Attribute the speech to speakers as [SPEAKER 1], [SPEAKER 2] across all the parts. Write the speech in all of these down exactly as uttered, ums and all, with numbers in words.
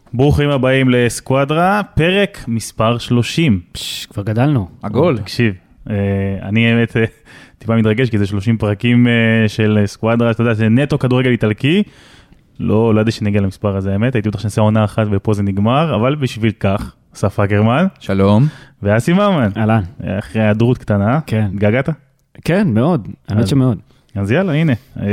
[SPEAKER 1] ברוכים הבאים לסקואדרה, פרק מספר שלושים.
[SPEAKER 2] פש, כבר גדלנו.
[SPEAKER 3] עגול.
[SPEAKER 1] תקשיב, אני האמת טיפה מתרגש, כי זה שלושים פרקים של סקואדרה, אתה יודע, זה נטו כדורגל איטלקי, לא, לא יודע שנגיע למספר הזה, האמת, הייתי בטח שנעשה עונה אחת ופה זה נגמר, אבל בשביל כך, אסף אקרמן.
[SPEAKER 3] שלום.
[SPEAKER 1] ואסי ממן.
[SPEAKER 2] אהלן.
[SPEAKER 1] אחרי היעדרות קטנה.
[SPEAKER 2] כן.
[SPEAKER 1] התגעגעת?
[SPEAKER 2] כן, מאוד. האמת שמאוד.
[SPEAKER 1] אז יאללה, הנה.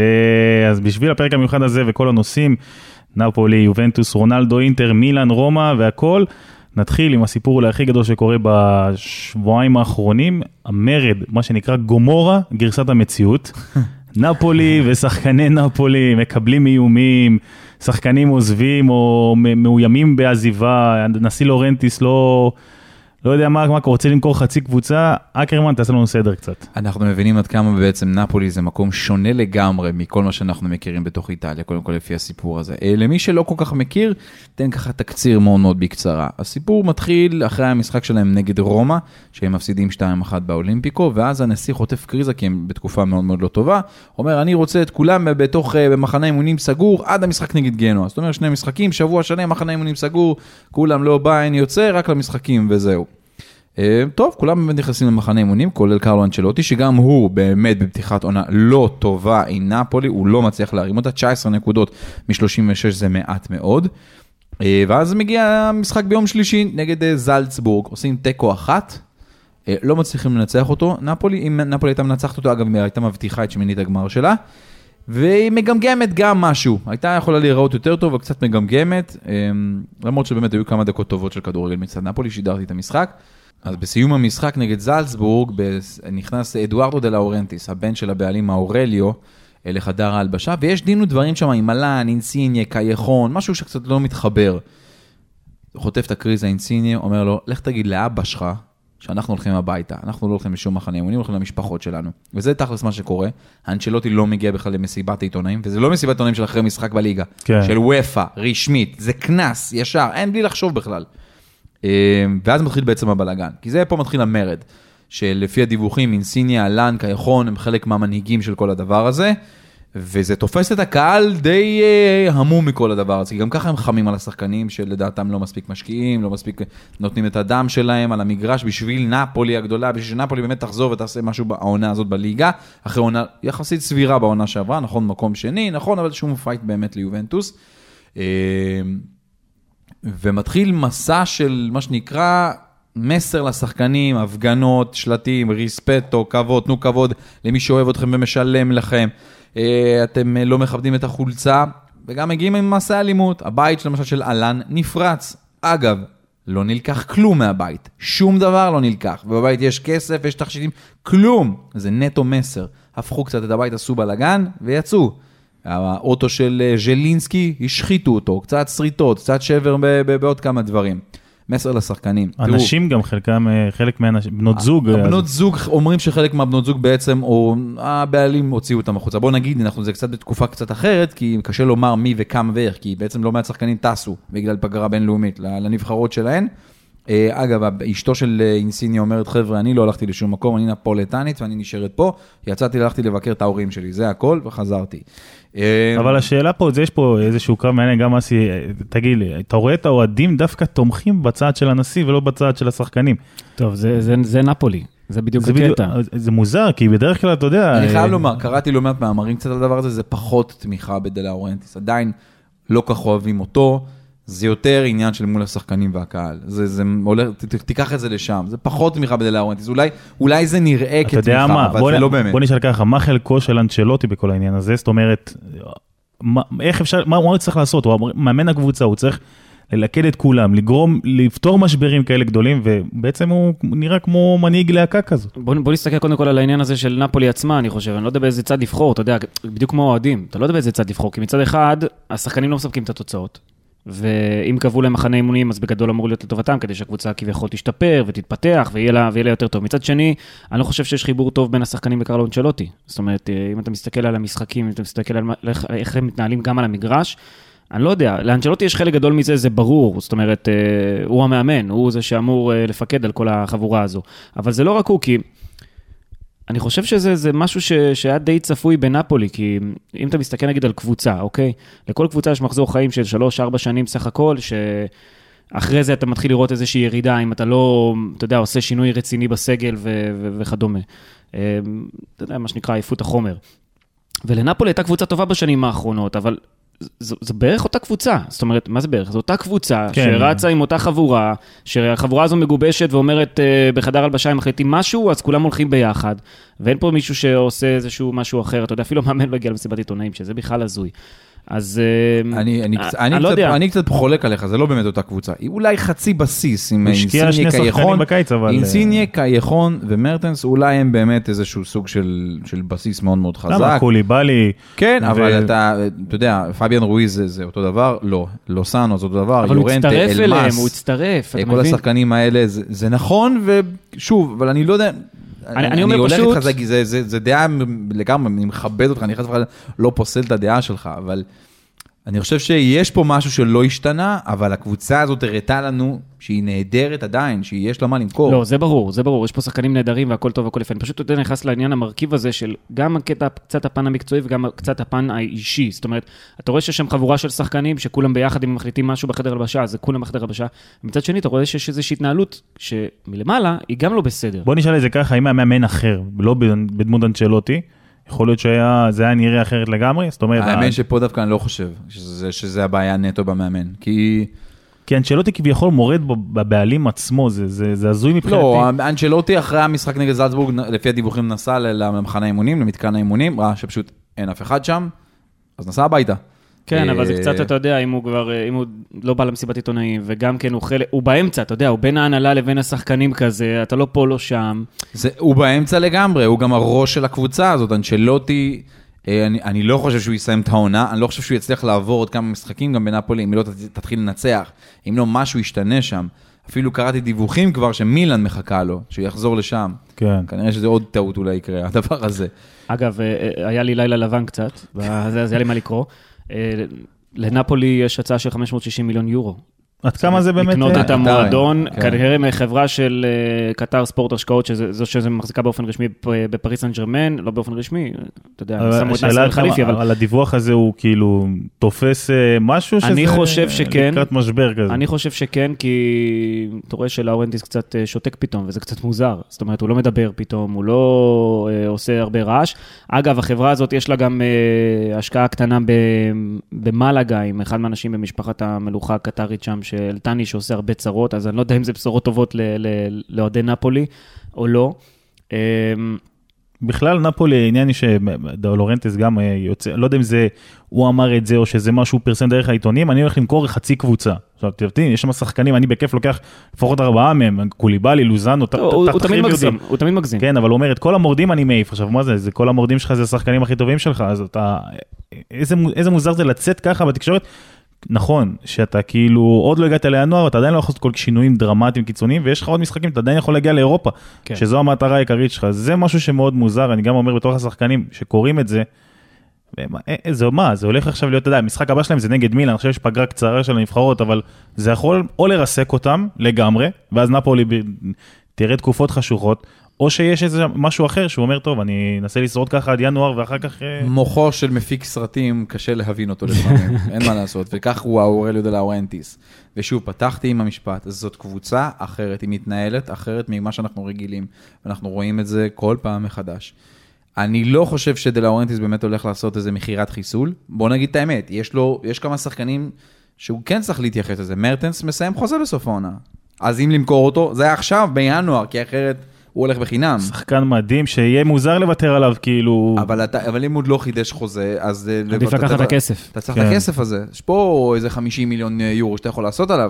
[SPEAKER 1] אז בשביל הפרק המיוחד הזה וכל הנושאים, נאפולי, יובנטוס, רונלדו, אינטר, מילאן, רומא והכל, נתחיל עם הסיפור אולי הכי גדול שקורה בשבועיים האחרונים, המרד, מה שנקרא גומורה, גרסת המציאות. נאפולי ושחקני נאפולי מקבלים איומים, שחקנים עוזבים או מאוימים בעזיבה, נשיא לורנטיס לא... לא יודע מה, מה, רוצה למכור חצי קבוצה, אקרמן, תעשה לנו סדר קצת.
[SPEAKER 3] אנחנו מבינים עד כמה בעצם נאפולי זה מקום שונה לגמרי מכל מה שאנחנו מכירים בתוך איטליה, קודם כל לפי הסיפור הזה. למי שלא כל כך מכיר, תן ככה תקציר מאוד מאוד בקצרה. הסיפור מתחיל אחרי המשחק שלהם נגד רומא, שהם מפסידים שתיים אחת באולימפיקו, ואז הנשיא חוטף קריזה, כי הם בתקופה מאוד מאוד לא טובה, אומר, אני רוצה את כולם בתוך במחנה אימונים סגור, עד המשחק נגד גנואה. זאת אומרת, שני משחקים, שבוע שני, מחנה אימונים סגור, כולם לא בא, אין יוצא, רק למשחקים וזהו. טוב, כולם באמת נכנסים למחנה אימונים, כולל קרלו אנצ'לוטי, שגם הוא באמת בפתיחת עונה לא טובה עם נאפולי, הוא לא מצליח להרים אותה, תשע עשרה נקודות מ-שלושים ושש זה מעט מאוד. ואז מגיע המשחק ביום שלישי נגד זלצבורג, עושים טקו אחת, לא מצליחים לנצח אותו, נאפולי, אם נאפולי הייתה מנצחת אותו, אגב, הייתה מבטיחה את שמינית הגמר שלה, והיא מגמגמת גם משהו, הייתה יכולה להיראות יותר טוב, וקצת מגמגמת, למרות שבאמת היו כמה דקות טובות של כדורגל מצד נאפולי, שידרתי את המשחק. אז בסיום המשחק נגד זלצבורג, נכנס אדוארדו דה לאורנטיס, הבן של הבעלים האורליו, לחדר ההלבשה, ויש דין ודברים שם עם מלן, אינסיניה, קייחון, משהו שקצת לא מתחבר. חוטף את הקריזה אינסיניה, אומר לו, לך תגיד לאבא שלך, שאנחנו הולכים הביתה, אנחנו לא הולכים לשום מחנה אימונים, הולכים למשפחות שלנו. וזה תכלס מה שקורה, האנצ'לוטי לא מגיע בכלל למסיבת העיתונאים, וזה לא מסיבת העיתונאים של אחרי משחק בליגה, כן. של וופא, רשמית, זה כנס, ישר, אין בלי לחשוב בכלל. ואז מתחיל בעצם הבלגן, כי זה פה מתחיל המרד, שלפי הדיווחים, אינסיניה, אלן, קייחון, הם חלק מהמנהיגים של כל הדבר הזה, וזה תופס את הקהל די המום מכל הדבר הזה, כי גם ככה הם חמים על השחקנים, שלדעתם לא מספיק משקיעים, לא מספיק נותנים את הדם שלהם על המגרש, בשביל נאפולי הגדולה, בשביל שנאפולי באמת תחזור ותעשה משהו בעונה הזאת בליגה, אחרי עונה יחסית סבירה בעונה שעברה, נכון, מקום שני, נכון, אבל שום פייט באמת ליובנטוס, ומתחיל מסע של מה שנקרא מסר לשחקנים, הפגנות, שלטים, ריספטו, כבוד, תנו כבוד למי שאוהב אתכם ומשלם לכם. אתם לא מכבדים את החולצה, וגם מגיעים עם מסע אלימות. הבית למשל של אלן נפרץ. אגב, לא נלקח כלום מהבית. שום דבר לא נלקח. ובבית יש כסף, יש תכשיטים, כלום. זה נטו מסר. הפכו קצת את הבית, עשו בלגן ויצאו. האוטו של ז'לינסקי, השחיתו אותו, קצת שריטות, קצת שבר בעוד כמה דברים. מסר לשחקנים.
[SPEAKER 1] אנשים גם חלקם, חלק מהבנות זוג.
[SPEAKER 3] הבנות זוג אומרים שחלק מהבנות זוג בעצם, או הבעלים הוציאו אותם החוצה. בואו נגיד, אנחנו זה קצת בתקופה קצת אחרת, כי קשה לומר מי וכמה ואיך, כי בעצם לא מעט שחקנים טסו, בגלל פגרה בינלאומית, לנבחרות שלהן. אגב, אשתו של אינסיניה אומרת, חבר'ה, אני לא הלכתי לשום מקום, אני נפולטנית ואני נשארת פה, יצאתי, הלכתי לבקר את ההורים שלי, זה הכל, וחזרתי.
[SPEAKER 1] אבל השאלה פה, יש פה איזשהו קרב מעניין, גם אסי, תגיד לי, אתה רואה את האוהדים דווקא תומכים בצד של הנשיא, ולא בצד של השחקנים.
[SPEAKER 2] טוב, זה, זה, זה נפולי, זה בדיוק הקטע.
[SPEAKER 1] זה מוזר, כי בדרך כלל, אתה יודע...
[SPEAKER 3] אני חייב לומר, קראתי לא מעט מאמרים קצת על הדבר הזה, זה פחות תמיכה בדה לאורנטיס, עדיין לא כך אוהבים אותו, זה יותר עניין של מול השחקנים והקהל. זה, זה עולה, ת, תיקח את זה לשם. זה פחות תמיכה בדה לאורנטיס. אולי, אולי זה נראה כתמיכה, אבל זה לא באמת.
[SPEAKER 1] בוא נשאל ככה, מה חלקו של אנצ'לוטי בכל העניין הזה? זאת אומרת, מה, איך אפשר, מה הוא צריך לעשות? הוא מאמן הקבוצה, הוא צריך ללכד את כולם, לגרום, לפתור משברים כאלה גדולים, ובעצם הוא נראה כמו מנהיג להקה כזאת.
[SPEAKER 2] בוא, בוא נסתכל קודם כל על העניין הזה של נפולי עצמה, אני חושב. אני לא יודע באיזה צד לבחור, אתה יודע, בדיוק כמו אוהדים. אתה לא יודע באיזה צד לבחור, כי מצד אחד, השחקנים לא מספקים את התוצאות. ואם קבעו להם מחנה אימונים, אז בגדול אמור להיות לטובתם, כדי שהקבוצה כביכול תשתפר ותתפתח, ויהיה לה, ויהיה לה יותר טוב. מצד שני, אני לא חושב שיש חיבור טוב בין השחקנים וקרלו אנצ'לוטי. זאת אומרת, אם אתה מסתכל על המשחקים, אם אתה מסתכל על איך הם מתנהלים גם על המגרש, אני לא יודע, לאנצ'לוטי יש חלק גדול מזה, זה ברור, זאת אומרת, הוא המאמן, הוא זה שאמור לפקד על כל החבורה הזו. אבל זה לא רק הוא, כי אני חושב שזה זה משהו ש, שהיה די צפוי בנאפולי, כי אם אתה מסתכל נגיד על קבוצה, אוקיי? לכל קבוצה יש מחזור חיים של שלוש, ארבע שנים סך הכל, שאחרי זה אתה מתחיל לראות איזושהי ירידה, אם אתה לא, אתה יודע, עושה שינוי רציני בסגל ו- ו- וכדומה. אתה יודע, מה שנקרא, עייפות החומר. ולנאפולי הייתה קבוצה טובה בשנים האחרונות, אבל זו, זו בערך אותה קבוצה, זאת אומרת, מה זה בערך? זו אותה קבוצה כן. שרצה עם אותה חבורה, שהחבורה הזו מגובשת ואומרת uh, בחדר הלבשה אם מחליטים משהו, אז כולם הולכים ביחד, ואין פה מישהו שעושה איזשהו משהו אחר, אתה יודע, אפילו מאמן לא הגיע למסיבת עיתונאים, שזה בכלל הזוי. אז
[SPEAKER 3] אני, אני,
[SPEAKER 2] אני,
[SPEAKER 3] אני,
[SPEAKER 2] אני
[SPEAKER 3] קצת,
[SPEAKER 2] לא יודע.
[SPEAKER 3] אני קצת חולק עליך, זה לא באמת אותה קבוצה. היא אולי חצי בסיס, עם אינסיניה קייחון,
[SPEAKER 1] אבל...
[SPEAKER 3] אינסיניה קייחון ומרטנס, אולי הם באמת איזשהו סוג של, של בסיס מאוד מאוד חזק.
[SPEAKER 1] למה, קוליבאלי.
[SPEAKER 3] כן,
[SPEAKER 1] ו...
[SPEAKER 3] אבל אתה, אתה יודע, פביאן רואיז זה, זה אותו דבר, לא, לוסאנו זה אותו דבר,
[SPEAKER 2] אבל
[SPEAKER 3] יורנטה,
[SPEAKER 2] הוא הצטרף
[SPEAKER 3] אלמאס,
[SPEAKER 2] אליהם, הוא הצטרף, אתה
[SPEAKER 3] כל
[SPEAKER 2] מבין?
[SPEAKER 3] השחקנים האלה, זה, זה נכון, ושוב, אבל אני לא יודע...
[SPEAKER 2] אני, אני אומר פשוט...
[SPEAKER 3] זה, זה, זה, זה דעה לגמרי, אני מכבד אותך, אני חושב לא פוסל את הדעה שלך, אבל אני חושב שיש פה משהו שלא השתנה, אבל הקבוצה הזאת הראתה לנו שהיא נהדרת עדיין, שיש לה מה למכור.
[SPEAKER 2] לא, זה ברור, זה ברור, יש פה שחקנים נהדרים והכל טוב והכל יפה. אני פשוט יותר נכנס לעניין המרכיב הזה של גם הקטע, קצת הפן המקצועי וגם קצת הפן האישי. זאת אומרת, אתה רואה שיש שם חבורה של שחקנים שכולם ביחד אם מחליטים משהו בחדר הלבשה, אז זה כולם בחדר הלבשה. ומצד שני, אתה רואה שיש איזושהי התנהלות שמלמעלה היא גם לא בסדר.
[SPEAKER 1] בוא נשאל את זה ככה, אם היה מאמן אחר, לא בדמות אנצ'לוטי, יכול להיות שזה היה נראה אחרת לגמרי, זאת אומרת...
[SPEAKER 3] האמן שפה דווקא אני לא חושב שזה, שזה הבעיה נטו במאמן, כי...
[SPEAKER 1] כי אנצ'לוטי כביכול מורד בבעלים עצמו, זה, זה, זה הזוי מבחינתי.
[SPEAKER 3] לא, אנצ'לוטי אחרי המשחק נגד זלצבורג, לפי הדיווחים נסע למחנה האימונים, למתקן האימונים, ראה שפשוט אין אף אחד שם, אז נסע הביתה.
[SPEAKER 2] כן, אבל זה קצת, אתה יודע, אם הוא כבר, אם הוא לא בא למסיבת עיתונאים, וגם כן הוא חלק, הוא באמצע, אתה יודע, הוא בין ההנהלה לבין השחקנים כזה, אתה לא פה, לא שם.
[SPEAKER 3] זה, הוא באמצע לגמרי, הוא גם הראש של הקבוצה הזאת, אנצ'לוטי, אני, אני לא חושב שהוא יסיים את העונה, אני לא חושב שהוא יצליח לעבור עוד כמה משחקים גם בנאפולי, אם לא תתחיל לנצח, אם לא משהו ישתנה שם. אפילו קראתי דיווחים כבר שמילן מחכה לו, שהוא יחזור לשם.
[SPEAKER 1] כן.
[SPEAKER 3] כנראה שזה עוד טעות אולי יקרה, הדבר הזה.
[SPEAKER 2] אגב, היה לי לילה לבן קצת, אז היה לי מה לקרוא. לנאפולי יש הצעה של חמש מאות ושישים מיליון יורו.
[SPEAKER 1] עד כמה זה באמת...
[SPEAKER 2] לקנות את המועדון, כנראה מחברה של קטר ספורט השקעות, שזו שזה מחזיקה באופן רשמי בפריס סן ז'רמן, לא באופן רשמי, אתה יודע, שמו את נאסר אל-חליפי, אבל...
[SPEAKER 1] אבל הדיווח הזה הוא כאילו תופס משהו שזה...
[SPEAKER 2] אני חושב שכן.
[SPEAKER 1] לקראת משבר כזה.
[SPEAKER 2] אני חושב שכן, כי אתה רואה שלאורנטיס קצת שותק פתאום, וזה קצת מוזר. זאת אומרת, הוא לא מדבר פתאום, הוא לא עושה הרבה רעש. אגב, החברה הזאת יש לה גם השקעה קטנה במלאגה, עם אחד מהאנשים במשפחת המלוכה הקטרית שם, של טני שעושה הרבה צרות, אז אני לא יודע אם זה בשורות טובות לאוהדי נאפולי או לא.
[SPEAKER 1] בכלל נאפולי, העניין היא שלורנטס גם יוצא, לא יודע אם זה, הוא אמר את זה, או שזה משהו פרסם דרך העיתונים, אני הולך למכור חצי קבוצה. עכשיו, תראי, יש שם שחקנים, אני בכיף לוקח לפחות ארבעה מהם, קוליבאלי, לוזנו,
[SPEAKER 2] הוא תמיד מגזים, הוא תמיד מגזים.
[SPEAKER 1] כן, אבל הוא אומר, את כל המורדים אני מעיף. עכשיו, מה זה? זה כל המורדים שלך, זה השחקנים הכי טובים שלך, אז אתה, איזה מוזר זה לצאת ככה בתקשורת? נכון, שאתה כאילו עוד לא הגעת לינואר, אתה עדיין לא יכול לעשות כל שינויים דרמטיים קיצוניים, ויש לך עוד משחקים, אתה עדיין יכול להגיע לאירופה, כן. שזו המטרה העיקרית שלך. זה משהו שמאוד מוזר, אני גם אומר בתוך השחקנים שקוראים את זה, זה מה, זה הולך עכשיו להיות, אתה יודע, המשחק הבא שלהם זה נגד מילאן, אני חושב שיש פגרה קצרה של הנבחרות, אבל זה יכול או לרסק אותם לגמרי, ואז נאפולי תראה תקופות חשוכות, או שיש איזה משהו אחר שהוא אומר, טוב, אני אנסה לשרוד ככה עד ינואר, ואחר כך...
[SPEAKER 3] מוחו של מפיק סרטים, קשה להבין אותו לפעמים, אין מה לעשות, וכך הוא האורליו דה לאורנטיס. ושוב, פתחתי עם המשפט, אז זאת קבוצה אחרת, היא מתנהלת אחרת ממה שאנחנו רגילים, ואנחנו רואים את זה כל פעם מחדש. אני לא חושב שדה לאורנטיס באמת הולך לעשות איזה מחירת חיסול, בוא נגיד את האמת, יש לו, יש כמה שחקנים שהוא כן צריך להתייחס לזה, מרטנס מסיים חוזה בסוף העונה. אז אם למכור אותו, זה עכשיו בינואר, כי אחרת הוא הולך בחינם.
[SPEAKER 1] שחקן מדהים, שיהיה מוזר לוותר עליו, כאילו...
[SPEAKER 3] אבל, אתה, אבל אם הוא לא חידש חוזה, אז...
[SPEAKER 2] עדיף לקחת את הכסף.
[SPEAKER 3] אתה צריך את הכסף הזה. יש פה איזה חמישים מיליון יורו שאתה יכול לעשות עליו.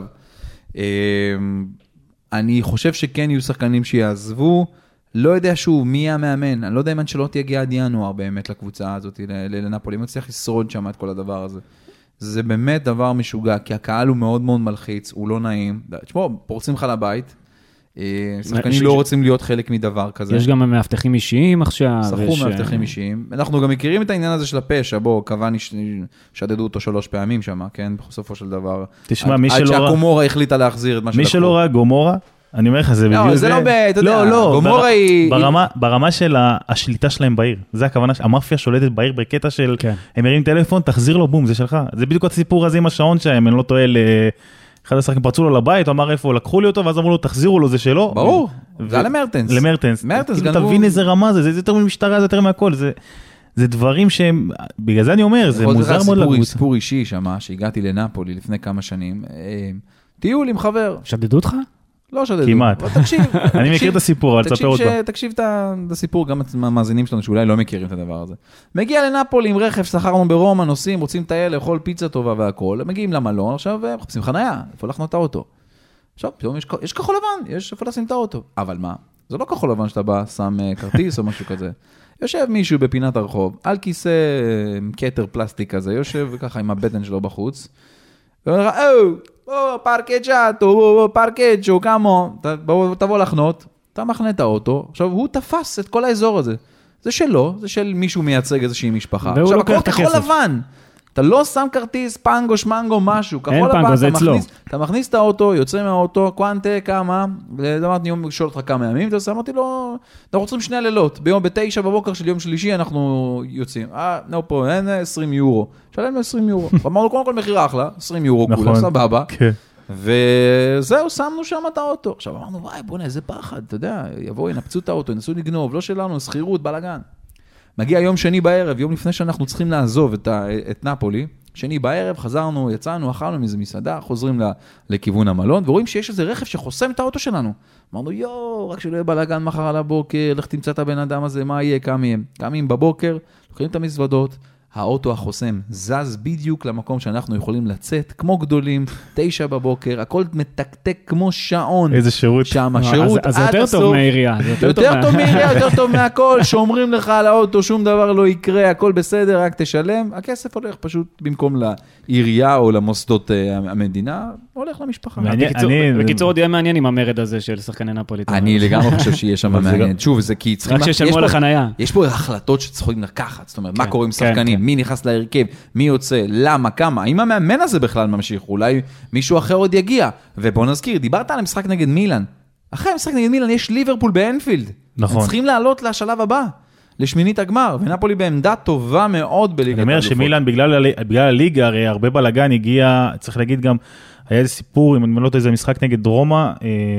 [SPEAKER 3] אני חושב שכן יהיו שחקנים שיעזבו, לא יודע שוב מי המאמן, אני לא יודע אם אנצ'לוטי יגיע עד ינואר באמת לקבוצה הזאת, לנאפולי, אם צריך לשרוד שם את כל הדבר הזה. זה באמת דבר משוגע, כי הקהל הוא מאוד מאוד מלחיץ, הוא לא נעים. תשמעו, פורצים לך לבית, שחקנים לא רוצים להיות חלק מדבר כזה.
[SPEAKER 2] יש גם מאבטחים אישיים עכשיו.
[SPEAKER 3] שחו מאבטחים אישיים. אנחנו גם מכירים את העניין הזה של הפשע, בוא, קוואני שדדו אותו שלוש פעמים שם, כן? בסופו של דבר.
[SPEAKER 1] תשמע, מי שלא...
[SPEAKER 3] עד שהקומורה החליטה להחזיר את מה שלקחו.
[SPEAKER 1] מי שלא ראה גומורה, אני אומר לך, זה בדיוק
[SPEAKER 3] לא, זה לא ב... אתה יודע,
[SPEAKER 1] לא, לא,
[SPEAKER 3] גומורה היא...
[SPEAKER 1] ברמה, ברמה של השליטה שלהם בעיר. זה הכוונה, המאפיה שולטת בעיר בקטע של, הם מרים טלפון, תחזיר לו, בום, זה שלך. זה בדיוק הסיפור הזה עם השעון שהם, אני לא טועה, אחד השחקים פרצו לו לבית, הוא אמר איפה, לקחו לי אותו, ואז אמרו לו, תחזירו לו, זה שלו.
[SPEAKER 3] ברור, זה היה למרטנס.
[SPEAKER 1] למרטנס. מרטנס, תבין איזה רמה זה, זה יותר ממשטרה, זה יותר מהכל, זה... זה דברים שהם, בגלל זה אני אומר, זה מוזר מאוד לקבוצה.
[SPEAKER 3] סיפור אישי שמה, שהגעתי לנאפולי לפני כמה שנים, טיול עם חבר.
[SPEAKER 2] שדדו אותך?
[SPEAKER 3] לא שדדו.
[SPEAKER 1] כמעט.
[SPEAKER 3] תקשיב.
[SPEAKER 1] אני מכיר את הסיפור, אבל תספר אותו.
[SPEAKER 3] תקשיב את הסיפור, גם המאזינים שלנו שאולי לא מכירים את הדבר הזה. מגיע לנאפולי עם רכב, שכרנו ברומא, נוסעים, רוצים לטייל, לאכול פיצה טובה והכל, מגיעים למלון, עכשיו מחפשים חניה, איפה לחנות את האוטו. עכשיו, פתאום יש כחול לבן, יש איפה לשים את האוטו. אבל מה? זה לא כחול לבן שאתה בא, שם כרטיס או משהו כזה. יושב מישהו בפינת הרחוב, על כיסא קטר פלסטיק כזה, יושב ככה עם הבטן שלו בחוץ, ואומר לך, או, או, פרקצ'אטו, או, פרקצ'ו, כמו, תבוא לחנות, אתה מחנה את האוטו, עכשיו הוא תפס את כל האזור הזה, זה שלו, זה של מישהו מייצג איזושהי משפחה, עכשיו הכל כחול לבן, אתה לא שם כרטיס, פנגו, שמנגו, משהו, כחול לבן, אתה מכניס, אתה מכניס את האוטו, יוצא מהאוטו, קוונטה, כמה, אמרתי, אני שואל אותך כמה ימים, אז אמרתי לו, אנחנו רוצים שני לילות, ביום בתשע בבוקר של יום שלישי אנחנו יוצאים, אה, לא פה, אין עשרים יורו, שלם לו עשרים יורו, אמרנו, קודם כל מחיר אחלה, עשרים יורו כולה, סבבה, וזהו, שמנו שם את האוטו, עכשיו אמרנו, וואי, בוא נה, איזה פחד, אתה יודע, יבואו, ינפצו את האוטו, ינסו לגנוב, לא שלנו, שכירות, בלגן. מגיע יום שני בערב, יום לפני שאנחנו צריכים לעזוב את, ה, את נאפולי, שני בערב, חזרנו, יצאנו, אכלנו מאיזה מסעדה, חוזרים לכיוון המלון, ורואים שיש איזה רכב שחוסם את האוטו שלנו. אמרנו, יו, רק שלא יהיה בלגן מחר על הבוקר, לך תמצא את הבן אדם הזה, מה יהיה, קמים, קמים בבוקר, לוקחים את המזוודות, האוטו החוסם זז בדיוק למקום שאנחנו יכולים לצאת, כמו גדולים, תשע בבוקר, הכל מתקתק כמו שעון.
[SPEAKER 1] איזה שירות.
[SPEAKER 3] שם, השירות עד הסוף.
[SPEAKER 2] אז זה יותר טוב מהעירייה.
[SPEAKER 3] יותר טוב מהעירייה, יותר טוב מהכל, שומרים לך על האוטו, שום דבר לא יקרה, הכל בסדר, רק תשלם, הכסף הולך פשוט במקום לעירייה או למוסדות המדינה, הולך למשפחה.
[SPEAKER 2] בקיצור, עוד יהיה מעניין עם המרד הזה של שחקני נאפולי.
[SPEAKER 3] אני לגמרי חושב שיש שם מעניין. שוב, זה כי צריכים...
[SPEAKER 2] רק שישלמו לחנייה.
[SPEAKER 3] יש פה החלטות שצריכים לקחת, זאת אומרת, מה קורה עם שחקנים, מי נכנס להרכב, מי יוצא, למה, כמה, האם המאמן הזה בכלל ממשיך, אולי מישהו אחר עוד יגיע, ובוא נזכיר, דיברת על המשחק נגד מילאן, אחרי המשחק נגד מילאן יש ליברפול באנפילד,
[SPEAKER 1] נכון.
[SPEAKER 3] צריכים לעלות לשלב הבא, לשמינית הגמר, ונאפולי בעמדה טובה מאוד בליגת האלופות.
[SPEAKER 1] אני אומר שמילאן בגלל, בגלל הליגה, הרי הרבה בלגן הגיע, צריך להגיד גם, היה איזה סיפור, אם אני לא יודע, איזה משחק נגד רומא,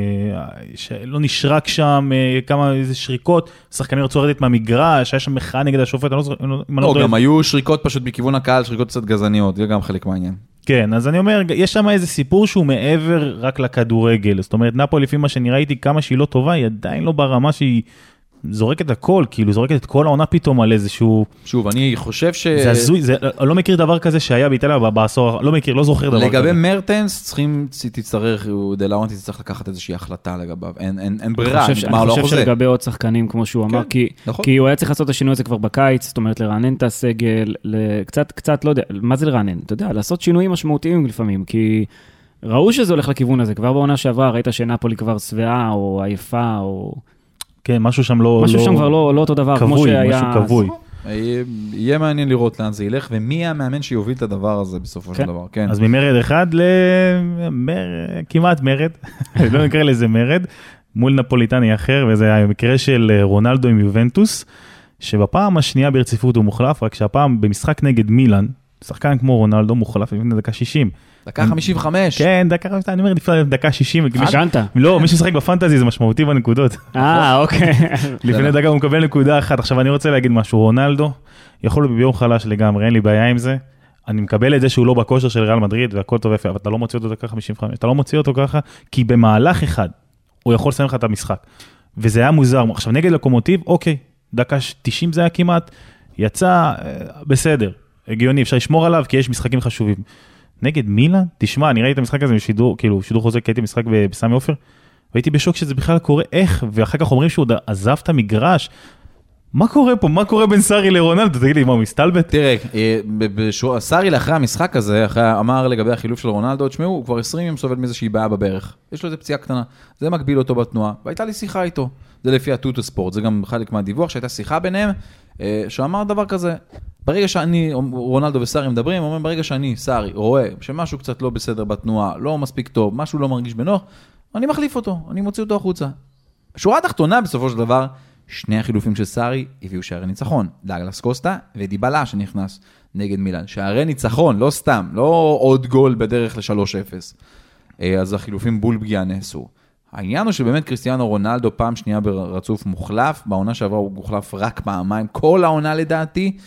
[SPEAKER 1] שלא נשרק שם, כמה איזה שריקות, שחקנים רצו לרדת מהמגרש, היה שם מחאה נגד השופט,
[SPEAKER 3] לא, גם היו שריקות פשוט מכיוון הקהל, שריקות קצת גזעניות, זה גם חלק מהעניין.
[SPEAKER 1] כן, אז אני אומר, יש שם איזה סיפור שהוא מעבר רק לכדורגל, זאת אומרת, נאפולי, לפי מה שאני ראיתי, כמה שהיא לא טובה, היא עדיין לא ברמה שהיא זורקת הכל, כאילו זורקת את כל העונה פתאום על איזשהו...
[SPEAKER 3] שוב, אני חושב ש...
[SPEAKER 1] זה הזוי, זה... לא מכיר דבר כזה שהיה באיטליה בעשור, לא מכיר, לא זוכר דבר
[SPEAKER 3] לגבי
[SPEAKER 1] כזה.
[SPEAKER 3] לגבי מרטנס, צריכים, תצטרך, דלאורנטי תצטרך לקחת איזושהי החלטה לגביו, אין, אין, אין ברירה,
[SPEAKER 2] אני חושב, אני חושב שלגבי עוד שחקנים, כמו שהוא אמר, כי, נכון. כי הוא היה צריך לעשות את השינוי הזה כבר בקיץ, זאת אומרת, לרענן את הסגל, קצת, קצת, לא יודע, מה זה לרענן? אתה יודע, לעשות שינויים משמעותיים לפעמים, כי... ראו שזה הולך לכיוון הזה, כבר בעונה שעברה, ראית שנאפולי כבר שבעה או עייפה או...
[SPEAKER 1] כן, משהו שם לא...
[SPEAKER 2] משהו שם כבר לא, לא אותו דבר, כמו שהיה...
[SPEAKER 1] משהו כבוי.
[SPEAKER 3] יהיה מעניין לראות לאן זה ילך, ומי המאמן שיוביל את הדבר הזה בסופו של דבר, כן.
[SPEAKER 1] אז ממרד אחד לכמעט מרד, לא נקרא לזה מרד, מול נפוליטני אחר, וזה המקרה של רונלדו עם יובנטוס, שבפעם השנייה ברציפות הוא מוחלף, רק שהפעם במשחק נגד מילאן, שחקן כמו רונלדו מוחלף לפני דקה שישים.
[SPEAKER 3] דקה חמישים וחמש.
[SPEAKER 1] כן, דקה חמישים וחמש, אני אומר, לפני דקה שישים.
[SPEAKER 2] חשנת?
[SPEAKER 1] לא, מי ששחק בפנטזי זה משמעותי בנקודות.
[SPEAKER 2] אה, אוקיי.
[SPEAKER 1] לפני דקה הוא מקבל נקודה אחת. עכשיו אני רוצה להגיד משהו, רונלדו יכול להיות ביום חלש לגמרי, אין לי בעיה עם זה. אני מקבל את זה שהוא לא בכושר של ריאל מדריד, והכל טוב יפה, אבל אתה לא מוציא אותו דקה חמישים וחמש. אתה לא מוציא אותו ככה, כי במהלך אחד הוא יכול לסיים לך את המשחק. וזה היה מוזר. עכשיו נגד לוקומוטיב, אוקיי, דקה תשעים זה היה כמעט, יצא בסדר. הגיוני, אפשר לשמור עליו, כי יש משחקים חשובים. נגד מילאן, תשמע, אני ראיתי את המשחק הזה בשידור, כאילו, שידור חוזר, כי הייתי משחק בסמי עופר, והייתי בשוק שזה בכלל קורה, איך, ואחר כך אומרים שהוא עזב את המגרש. מה קורה פה? מה קורה בין סארי לרונלדו? תגיד לי, מה הוא מסתלבט?
[SPEAKER 3] תראה, סארי לאחרי המשחק הזה, אמר לגבי החילוף של רונלדו, תשמעו, הוא כבר עשרים יום סובל מאיזושהי בעיה בברך. יש לו איזו פציעה קטנה, זה מגביל אותו בתנועה, והייתה לי שיחה איתו. זה לפי הטוטו ספורט, זה גם חלק מהדיווח, שהייתה שיחה ביניהם, שאמר דבר כזה, ברגע שאני, רונלדו וסארי מדברים, אומרים ברגע שאני, סארי, רואה שמשהו קצת לא בסדר בתנועה, לא מספיק טוב, משהו לא מרגיש בנוח, אני מחליף אותו, אני מוציא אותו החוצה. שורה התחתונה בסופו של דבר, שני החילופים של סארי הביאו שערי ניצחון, דאגלס קוסטה ודיבלה שנכנס נגד מילאן. שערי ניצחון, לא סתם, לא עוד גול בדרך ל-שלוש אפס. אז החילופים בול פגיעה נעשו. העניין הוא שבאמת קריסטיאנו רונלדו פעם שנייה ברצוף מוחלף, בעונה שעברה הוא מוחלף רק פעמיים, כל העונה לדעתי,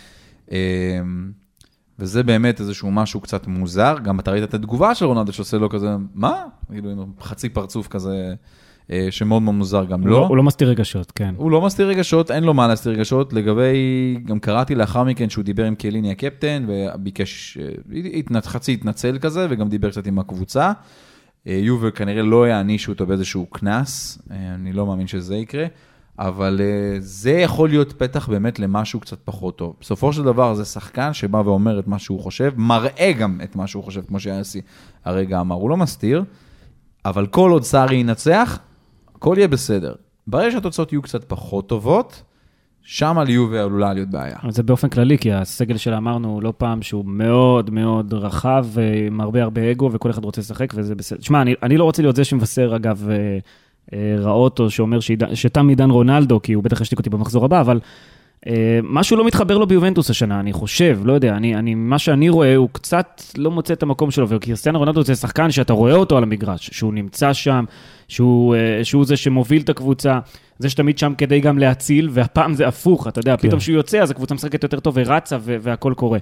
[SPEAKER 3] וזה באמת איזשהו משהו קצת מוזר, גם אתה ראית את התגובה של רונלדו שעושה לו כזה, מה? חצי פרצוף כזה, שמאוד מאוד מוזר גם לא.
[SPEAKER 2] הוא לא מסתיר רגשות, כן.
[SPEAKER 3] הוא לא מסתיר רגשות, אין לו מה להסתיר רגשות, לגבי, גם קראתי לאחר מכן שהוא דיבר עם קליני הקפטן, וביקש, חצי התנצל כזה, וגם דיבר קצת עם הקבוצה. יובל כנראה לא יענישו אותו באיזשהו כנס, אני לא מאמין שזה יקרה, אבל זה יכול להיות פתח באמת למשהו קצת פחות טוב. בסופו של דבר זה שחקן שבא ואומר את מה שהוא חושב, מראה גם את מה שהוא חושב, כמו שיאסי הרגע אמר, הוא לא מסתיר, אבל כל עוד סארי ינצח, הכל יהיה בסדר. ברגע שהתוצאות יהיו קצת פחות טובות, שם על יובל עלולה להיות בעיה.
[SPEAKER 2] זה באופן כללי, כי הסגל שלה אמרנו לא פעם שהוא מאוד מאוד רחב, עם הרבה הרבה אגו, וכל אחד רוצה לשחק, וזה בסדר. תשמע, אני, אני לא רוצה להיות זה שמבשר, אגב, רעות, או שאומר שתם עידן רונלדו, כי הוא בטח ישתיק אותי במחזור הבא, אבל משהו לא מתחבר לו ביובנטוס השנה, אני חושב, לא יודע, אני, אני, מה שאני רואה, הוא קצת לא מוצא את המקום שלו, וקריסטיאנו רונלדו זה שחקן שאתה רואה אותו על המגרש, שהוא נמצא שם, שהוא, שהוא זה שמוביל את הקבוצה, זה שתמיד שם כדי גם להציל, והפעם זה הפוך, אתה יודע, פתאום שהוא יוצא, אז הקבוצה משחקת יותר טוב ורצה, והכל קורה.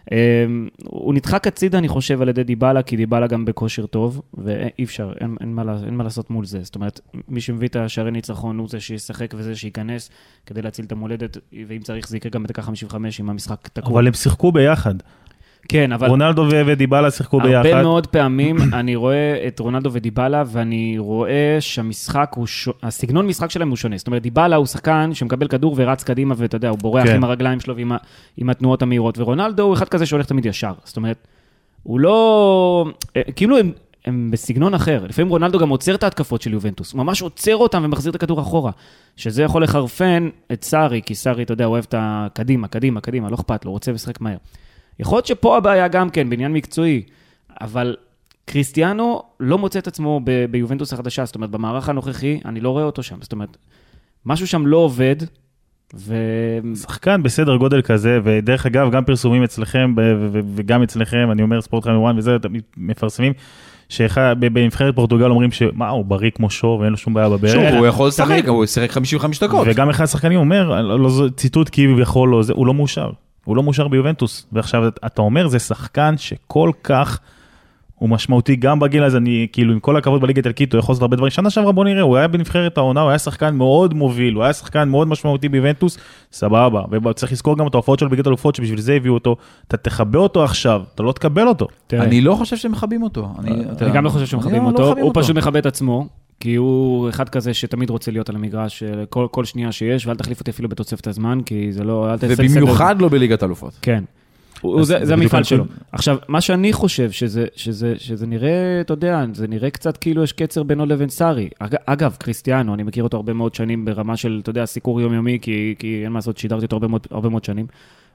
[SPEAKER 2] הוא נדחק הצידה, אני חושב, על ידי דיבלה, כי דיבלה גם בכושר טוב, ואי אפשר, אין, אין, מה, אין מה לעשות מול זה. זאת אומרת, מי שמביא את השערי ניצחון, הוא זה שישחק וזה שייכנס, כדי להציל את המולדת, ואם צריך זה יקרה גם בדקה חמישים וחמש, עם המשחק תקוע.
[SPEAKER 1] אבל הם שיחקו ביחד.
[SPEAKER 2] כן, אבל...
[SPEAKER 1] רונלדו ודיבלה שיחקו ביחד.
[SPEAKER 2] הרבה מאוד פעמים אני רואה את רונלדו ודיבלה, ואני רואה שהמשחק הוא... ש... הסגנון משחק שלהם הוא שונה. זאת אומרת, דיבלה הוא שחקן שמקבל כדור ורץ קדימה, ואתה יודע, הוא בורח כן. עם הרגליים שלו ועם ה... עם התנועות המהירות, ורונלדו הוא אחד כזה שהולך תמיד ישר. זאת אומרת, הוא לא... כאילו הם, הם בסגנון אחר. לפעמים רונלדו גם עוצר את ההתקפות של יובנטוס. הוא ממש עוצר אותם ומחזיר את הכדור אחורה. שזה יכול לחרפן את סארי, כי סארי, אתה יודע, אוהב את הקדימה, קדימה, קדימה, לא אכפת לו, רוצה לשחק מהר. יכול להיות שפה הבעיה גם כן, בעניין מקצועי, אבל קריסטיאנו לא מוצא את עצמו ב- ביובנטוס החדשה, זאת אומרת, במערך הנוכחי, אני לא רואה אותו שם, זאת אומרת, משהו שם לא עובד, ו...
[SPEAKER 1] שחקן בסדר גודל כזה, ודרך אגב, גם פרסומים אצלכם, ו- ו- וגם אצלכם, אני אומר ספורט חיים וואן, וזה מפרסמים, שבנבחרת פורטוגל אומרים שמה, הוא בריא כמו שור, ואין לו שום בעיה בברך.
[SPEAKER 3] שוב, הוא יכול לשחק, הוא ישחק חמישים וחמש דקות.
[SPEAKER 1] וגם אחד השחקנים אומר, ציטוט כי הוא יכול, הוא לא מאושר. הוא לא מאושר ביובנטוס, ועכשיו אתה אומר, זה שחקן שכל כך הוא משמעותי גם בגיל הזה, אני כאילו עם כל הכבוד בליגה האיטלקית, הוא יכול לעשות הרבה דברים, שנה שעברה בוא נראה, הוא היה בנבחרת העונה, הוא היה שחקן מאוד מוביל, הוא היה שחקן מאוד משמעותי ביובנטוס, סבבה, וצריך לזכור גם את ההופעות שלו בליגת האלופות, שבשביל זה הביאו אותו, אתה תחבא אותו עכשיו, אתה לא תקבל אותו.
[SPEAKER 3] אני לא חושב שמחבים אותו.
[SPEAKER 2] אני גם לא חושב שמחבים אותו, הוא פשוט מחבא את עצמו, כי הוא אחד כזה שתמיד רוצה להיות על המגרש, כל, כל שנייה שיש, ואל תחליף אותי אפילו בתוספת הזמן, כי זה לא...
[SPEAKER 3] ובמיוחד לא בליגת האלופות.
[SPEAKER 2] כן. זה, זה המפעל שלו. עכשיו, מה שאני חושב שזה, שזה, שזה נראה, אתה יודע, זה נראה קצת כאילו יש קצר בינו לבין סארי. אגב, קריסטיאנו, אני מכיר אותו הרבה מאוד שנים ברמה של, אתה יודע, סיקור יומיומי, כי, כי אין מה לעשות, שידרתי אותו הרבה מאוד, הרבה מאוד שנים.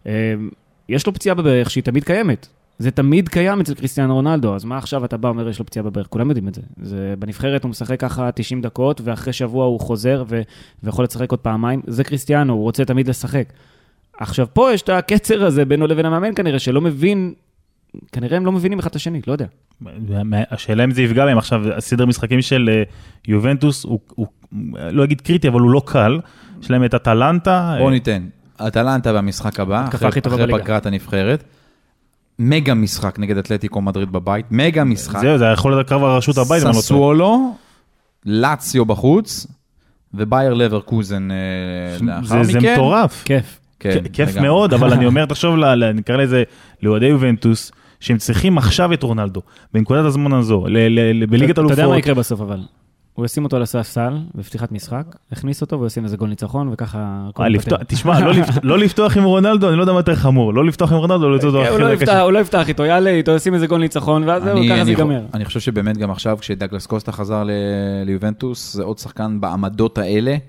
[SPEAKER 2] יש לו פציעה בברך שהיא תמיד קיימת. זה תמיד קיים אצל קריסטיאנו רונלדו, אז מה עכשיו אתה בא אומר יש לו פציעה בברך? כולם יודעים את זה. זה בנבחרת הוא משחק ככה תשעים דקות, ואחרי שבוע הוא חוזר ו, ויכול לשחק עוד פעמיים. זה קריסטיאנו, הוא רוצה תמיד לשחק. עכשיו פה יש את הקצר הזה בינו לבין המאמן כנראה, שלא מבין, כנראה הם לא מבינים אחד את השני, לא יודע.
[SPEAKER 1] השאלה אם זה יפגע בהם. עכשיו, הסדר משחקים של יובנטוס, הוא, הוא לא אגיד קריטי, אבל הוא לא קל. יש להם את אטלנטה.
[SPEAKER 3] בוא ניתן. אטלנטה במשחק הבא, אחרי, אחרי פגרת הנבחרת. מגה משחק נגד אתלטיקו מדריד בבית, מגה משחק.
[SPEAKER 1] זהו, זה יכול להיות קרב הרשות הבית.
[SPEAKER 3] ססוולו, לאציו בחוץ, ובייר לברקוזן לאחר מכן.
[SPEAKER 1] זה מטורף.
[SPEAKER 2] כיף.
[SPEAKER 1] כיף מאוד, אבל אני אומר, תחשוב, נקרא לזה, לאוהדי יובנטוס, שהם צריכים עכשיו את רונלדו, בנקודת הזמן הזו, בליגת אלופות.
[SPEAKER 2] אתה יודע מה יקרה בסוף, אבל? הוא ישים אותו לספסל, בפתיחת משחק, הכניס אותו, וישים איזה גול ניצחון, וככה...
[SPEAKER 1] תשמע, לא לפתוח עם רונלדו, אני לא יודע מה יותר חמור, לא לפתוח עם רונלדו,
[SPEAKER 2] הוא לא יפתח איתו, יאללה איתו, ישים איזה גול ניצחון, ואז זהו, ככה זה ייגמר.
[SPEAKER 3] אני חושב שבאמת גם עכשיו, כשדאגלס קוסטה חזר ליובנטוס, זה עוד שחקן בעמדות האלה,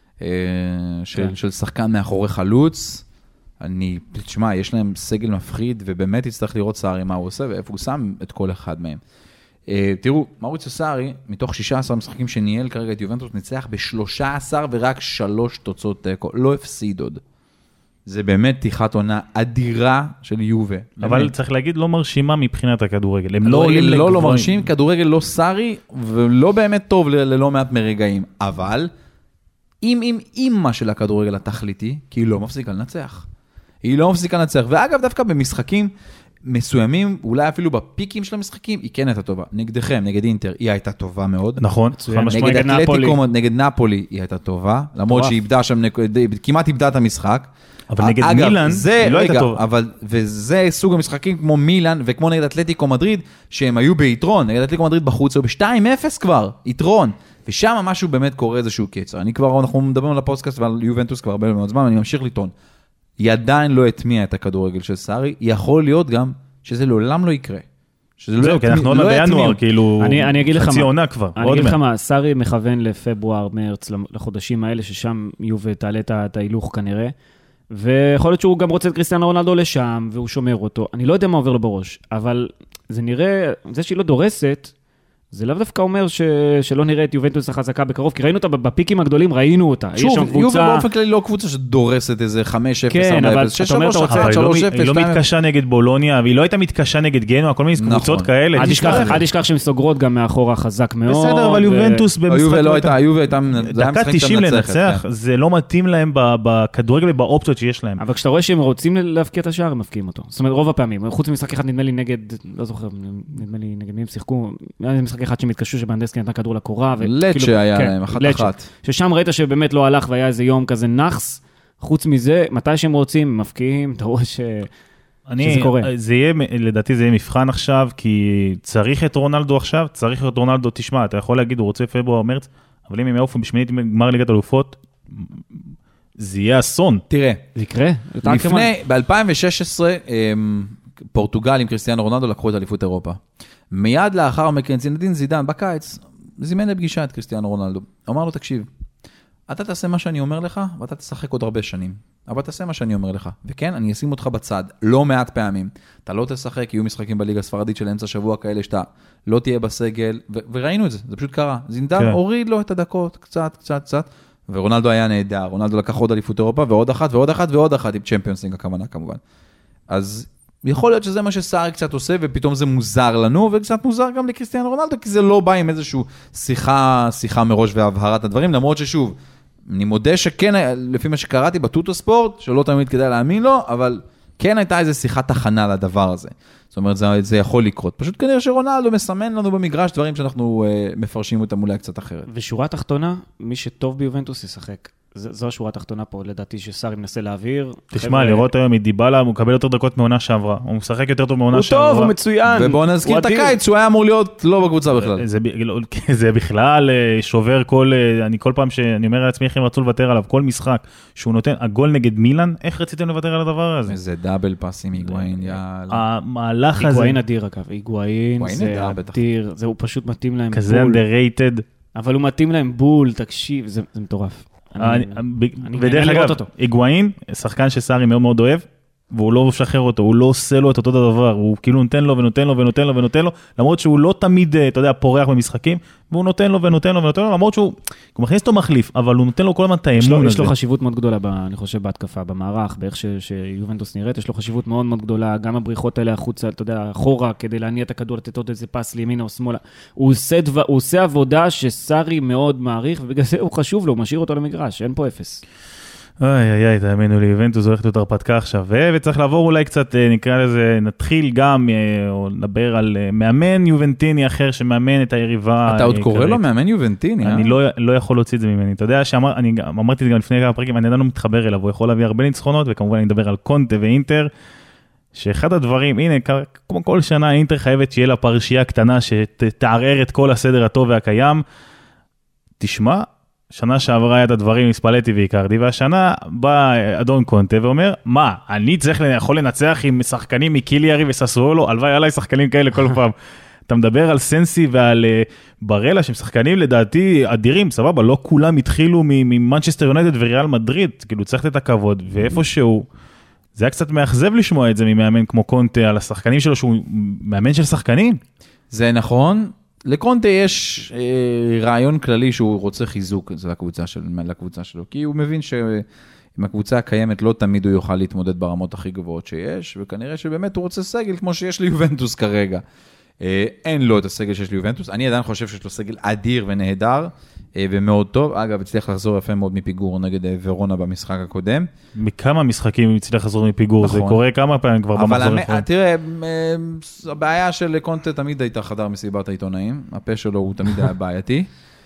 [SPEAKER 3] של שחקן מאחורי חלוץ. אני, תשמע, יש להם סגל מפחיד, ובאמת יצטרך לראות סארי מה הוא עושה, ואיפה הוא שם את כל אחד מהם. תראו, מאוריציו סארי, מתוך שישה עשר משחקים שניהל כרגע את יובנטוס, ניצח ב-שלושה עשר ורק שלוש תוצאות תיקו, לא הפסיד עוד. זה באמת פתיחת עונה אדירה של יובה.
[SPEAKER 1] אבל צריך להגיד, לא מרשימה מבחינת הכדורגל. הם
[SPEAKER 3] לא לא לא מרשים, כדורגל לא סארי, ולא באמת טוב ללא מעט מרגעים. אבל, אם אם אימא של הכדורגל התכליתי, כי היא לא מפסיקה לנצח. היא לא מפסיקה לנצח. ואגב, דווקא במשחקים מסוימים, אולי אפילו בפיקים של המשחקים, היא כן הייתה טובה. נגדכם, נגד אינטר, היא הייתה טובה מאוד.
[SPEAKER 1] נכון.
[SPEAKER 3] נגד אתלטיקו, נגד נפולי, היא הייתה טובה. למרות שהיא איבדה שם, כמעט איבדה את המשחק.
[SPEAKER 1] אבל נגד אגב, מילאן,
[SPEAKER 3] זה,
[SPEAKER 1] היא לא הייתה טוב.
[SPEAKER 3] אבל, וזה סוג המשחקים כמו מילאן, וכמו נגד אתלטיקו מדריד, שהם היו ביתרון, נגד אתלטיקו מדריד בחוץ, או ב-שתיים אפס כבר, יתרון. ושם משהו באמת קורה איזשהו קצר. אני כבר, אנחנו מדברים על הפודקאסט ועל יובנטוס כבר הרבה מאוד זמן, אני ממשיך לטעון. היא עדיין לא הטמיעה את הכדורגל של סארי, יכול להיות גם שזה לעולם לא יקרה.
[SPEAKER 1] זהו, כי אנחנו עוד בינואר, כאילו, חצי עונה כבר.
[SPEAKER 2] אני אגיד לך מה, סארי מכוון לפברואר, מרץ, לחודשים האלה, ששם יובה תעלה את ההילוך כנראה, ויכול להיות שהוא גם רוצה את קריסטיאנו רונלדו לשם, והוא שומר אותו. אני לא יודע מה עובר לו בראש, אבל זה נראה, זה שהיא לא דורסת, זה לאו דווקא אומר ש... שלא נראה את יובנטוס החזקה בקרוב, כי ראינו אותה בפיקים הגדולים, ראינו אותה.
[SPEAKER 3] שוב, יובל באופן כללי לא קבוצה שדורסת איזה חמש אפס,
[SPEAKER 2] כן, אבל אתה אומר, אתה רוצה...
[SPEAKER 1] היא לא מתקשה נגד בולוניה, והיא לא הייתה מתקשה נגד גנוע, כל מיני קבוצות כאלה.
[SPEAKER 2] עד ישכח שהן סוגרות גם מאחורה חזק מאוד.
[SPEAKER 1] בסדר, אבל יובנטוס במשחק...
[SPEAKER 3] דקה
[SPEAKER 1] תשעים לנצח, זה לא מתאים להם בכדורגל ובאופציות שיש להם.
[SPEAKER 2] אבל כשאתה רואה שהם רוצים להבקיע את השער, הם מבקיעים אותו. זאת אומרת, רוב הפעמים, חוץ ממשחק אחד נדמה לי נגד, לא זוכר, נדמה לי נגד מי הם שיחקו, משחק אחד שמתקשו שבאנדסקי נתן כדור לקורה.
[SPEAKER 3] לט שהיה להם, אחת אחת.
[SPEAKER 2] ששם ראית שבאמת לא הלך והיה איזה יום כזה נחס. חוץ מזה, מתי שהם רוצים, מפקיעים, אתה רואה ש... שזה קורה.
[SPEAKER 1] זה יהיה, לדעתי זה יהיה מבחן עכשיו, כי צריך את רונלדו עכשיו, צריך את רונלדו, תשמע, אתה יכול להגיד, הוא רוצה פברואר מרץ, אבל אם הם יעופו בשמינית גמר ליגת אלופות, זה יהיה אסון.
[SPEAKER 3] תראה,
[SPEAKER 2] זה יקרה.
[SPEAKER 3] לפני, ב-אלפיים ושש עשרה, פורטוגל עם קריסטיאנו רונלדו לקחו את אליפות אירופה. מיד לאחר מכן, זינדין זידן בקיץ, זימן לפגישה את קריסטיאנו רונלדו. אמר לו, תקשיב, אתה תעשה מה שאני אומר לך, ואתה תשחק עוד הרבה שנים. אבל תעשה מה שאני אומר לך. וכן, אני אשים אותך בצד, לא מעט פעמים. אתה לא תשחק, יהיו משחקים בליגה הספרדית של אמצע שבוע כאלה, שאתה לא תהיה בסגל, ו- וראינו את זה, זה פשוט קרה. זינדן כן. הוריד לו את הדקות, קצת, קצת, קצת, ורונלדו היה נהדר. רונלדו לקח עוד אליפות אירופה, ועוד אחת, ועוד אחת, ועוד אחת, עם צ'מפיונס ליג הכוונה, כמובן. אז יכול להיות שזה מה שסארי קצת עושה, ופתאום זה מוזר לנו, וקצת מוזר גם לקריסטיאנו רונלדו, כי זה לא בא עם איזושהי שיחה, שיחה מראש והבהרת הדברים, למרות ששוב, אני מודה שכן, לפי מה שקראתי בטוטו ספורט, שלא תמיד כדאי להאמין לו, אבל כן הייתה איזו שיחת הכנה לדבר הזה. זאת אומרת, זה, זה יכול לקרות. פשוט כנראה שרונלדו מסמן לנו במגרש דברים שאנחנו אה, מפרשים אותם אולי קצת אחרת.
[SPEAKER 2] ושורה תחתונה, מי שטוב ביובנטוס ישחק. זו השורה התחתונה פה, לדעתי שסארי מנסה להעביר.
[SPEAKER 1] תשמע, לראות היום מדיבלה, הוא מקבל יותר דקות מעונה שעברה, הוא משחק יותר טוב מעונה שעברה.
[SPEAKER 2] הוא טוב, הוא מצוין.
[SPEAKER 3] ובואו נזכיר את הקיץ, שהוא היה אמור להיות לא בקבוצה בכלל.
[SPEAKER 1] זה בכלל שובר כל, אני כל פעם שאני אומר לעצמי איך הם רצו לוותר עליו, כל משחק שהוא נותן, הגול נגד מילאן, איך רציתם לוותר על הדבר הזה?
[SPEAKER 3] זה דאבל פאסים, היגואין, יאללה.
[SPEAKER 1] המהלך הזה...
[SPEAKER 2] היגואין אדיר אגב, היגואין זה אדיר, זה הוא פשוט מתאים להם בול.
[SPEAKER 1] כזה underrated.
[SPEAKER 2] אבל הוא מתאים להם בול, תקשיב, זה מטורף.
[SPEAKER 1] ודרך אגב, היגואין, שחקן שסארי מאוד מאוד אוהב, והוא לא משחרר אותו, הוא לא עושה לו את אותו דבר, הוא כאילו נותן לו ונותן לו ונותן לו ונותן לו, למרות שהוא לא תמיד, אתה יודע, פורח במשחקים, והוא נותן לו ונותן לו ונותן לו, למרות שהוא, הוא מכניס אותו מחליף, אבל הוא נותן לו כל הזמן את האמון הזה.
[SPEAKER 2] יש לו חשיבות מאוד גדולה, אני חושב, בהתקפה, במערך, באיך שיובנטוס נראית, יש לו חשיבות מאוד מאוד גדולה, גם הבריחות האלה החוצה, אתה יודע, אחורה, כדי להניע את הכדור, לתת עוד איזה פס לימינה או שמאלה. הוא עושה, הוא עושה עבודה שסארי מאוד מעריך, ובגלל זה הוא חשוב לו, הוא משאיר אותו למגרש, אין פה אפס.
[SPEAKER 1] איי, איי, איי, תאמינו לי, יובנטוס הולכת יותר הרפתקה עכשיו, וצריך לעבור אולי קצת, נקרא לזה, נתחיל גם, או לדבר על מאמן יובנטיני אחר, שמאמן את היריבה.
[SPEAKER 3] אתה עוד קורא לו מאמן יובנטיני, אה?
[SPEAKER 1] אני לא יכול להוציא את זה ממני. אתה יודע, אני אמרתי את זה גם לפני כמה פרקים, אני עדיין לא מתחבר אליו, הוא יכול להביא הרבה ניצחונות, וכמובן אני אדבר על קונטה ואינטר, שאחד הדברים, הנה, כמו כל שנה, אינטר חייבת שיהיה לה פרשייה קטנה, שתערער את כל הסדר הטוב והקיים. תשמע, שנה שעברה היה את הדברים עם ספלטי ויקרדי, והשנה בא אדון קונטה ואומר, מה, אני צריך, יכול לנצח עם שחקנים מקיליארי וססואלו, הלוואי עליי שחקנים כאלה כל פעם. אתה מדבר על סנסי ועל ברלה, שהם שחקנים לדעתי אדירים, סבבה, לא כולם התחילו ממנצ'סטר יונייטד וריאל מדריד, כאילו צריך את הכבוד, ואיפשהו, זה היה קצת מאכזב לשמוע את זה ממאמן כמו קונטה, על השחקנים שלו, שהוא מאמן של שחקנים.
[SPEAKER 3] זה נכון, לקונטה יש אה, רעיון כללי שהוא רוצה חיזוק לקבוצה, של, לקבוצה שלו, כי הוא מבין שאם הקבוצה הקיימת לא תמיד הוא יוכל להתמודד ברמות הכי גבוהות שיש, וכנראה שבאמת הוא רוצה סגל כמו שיש ליובנטוס כרגע. אה, אין לו את הסגל שיש ליובנטוס, אני עדיין חושב שיש לו סגל אדיר ונהדר, אה, ומאוד טוב. אגב, הצליח לחזור יפה מאוד מפיגור נגד אה, ורונה במשחק הקודם.
[SPEAKER 1] מכמה משחקים הצליח לחזור מפיגור, נכון. זה קורה כמה פעמים כבר במחזור האחרון.
[SPEAKER 3] תראה, הבעיה של קונטה תמיד הייתה חדר מסיבת העיתונאים, הפה שלו הוא תמיד היה בעייתי.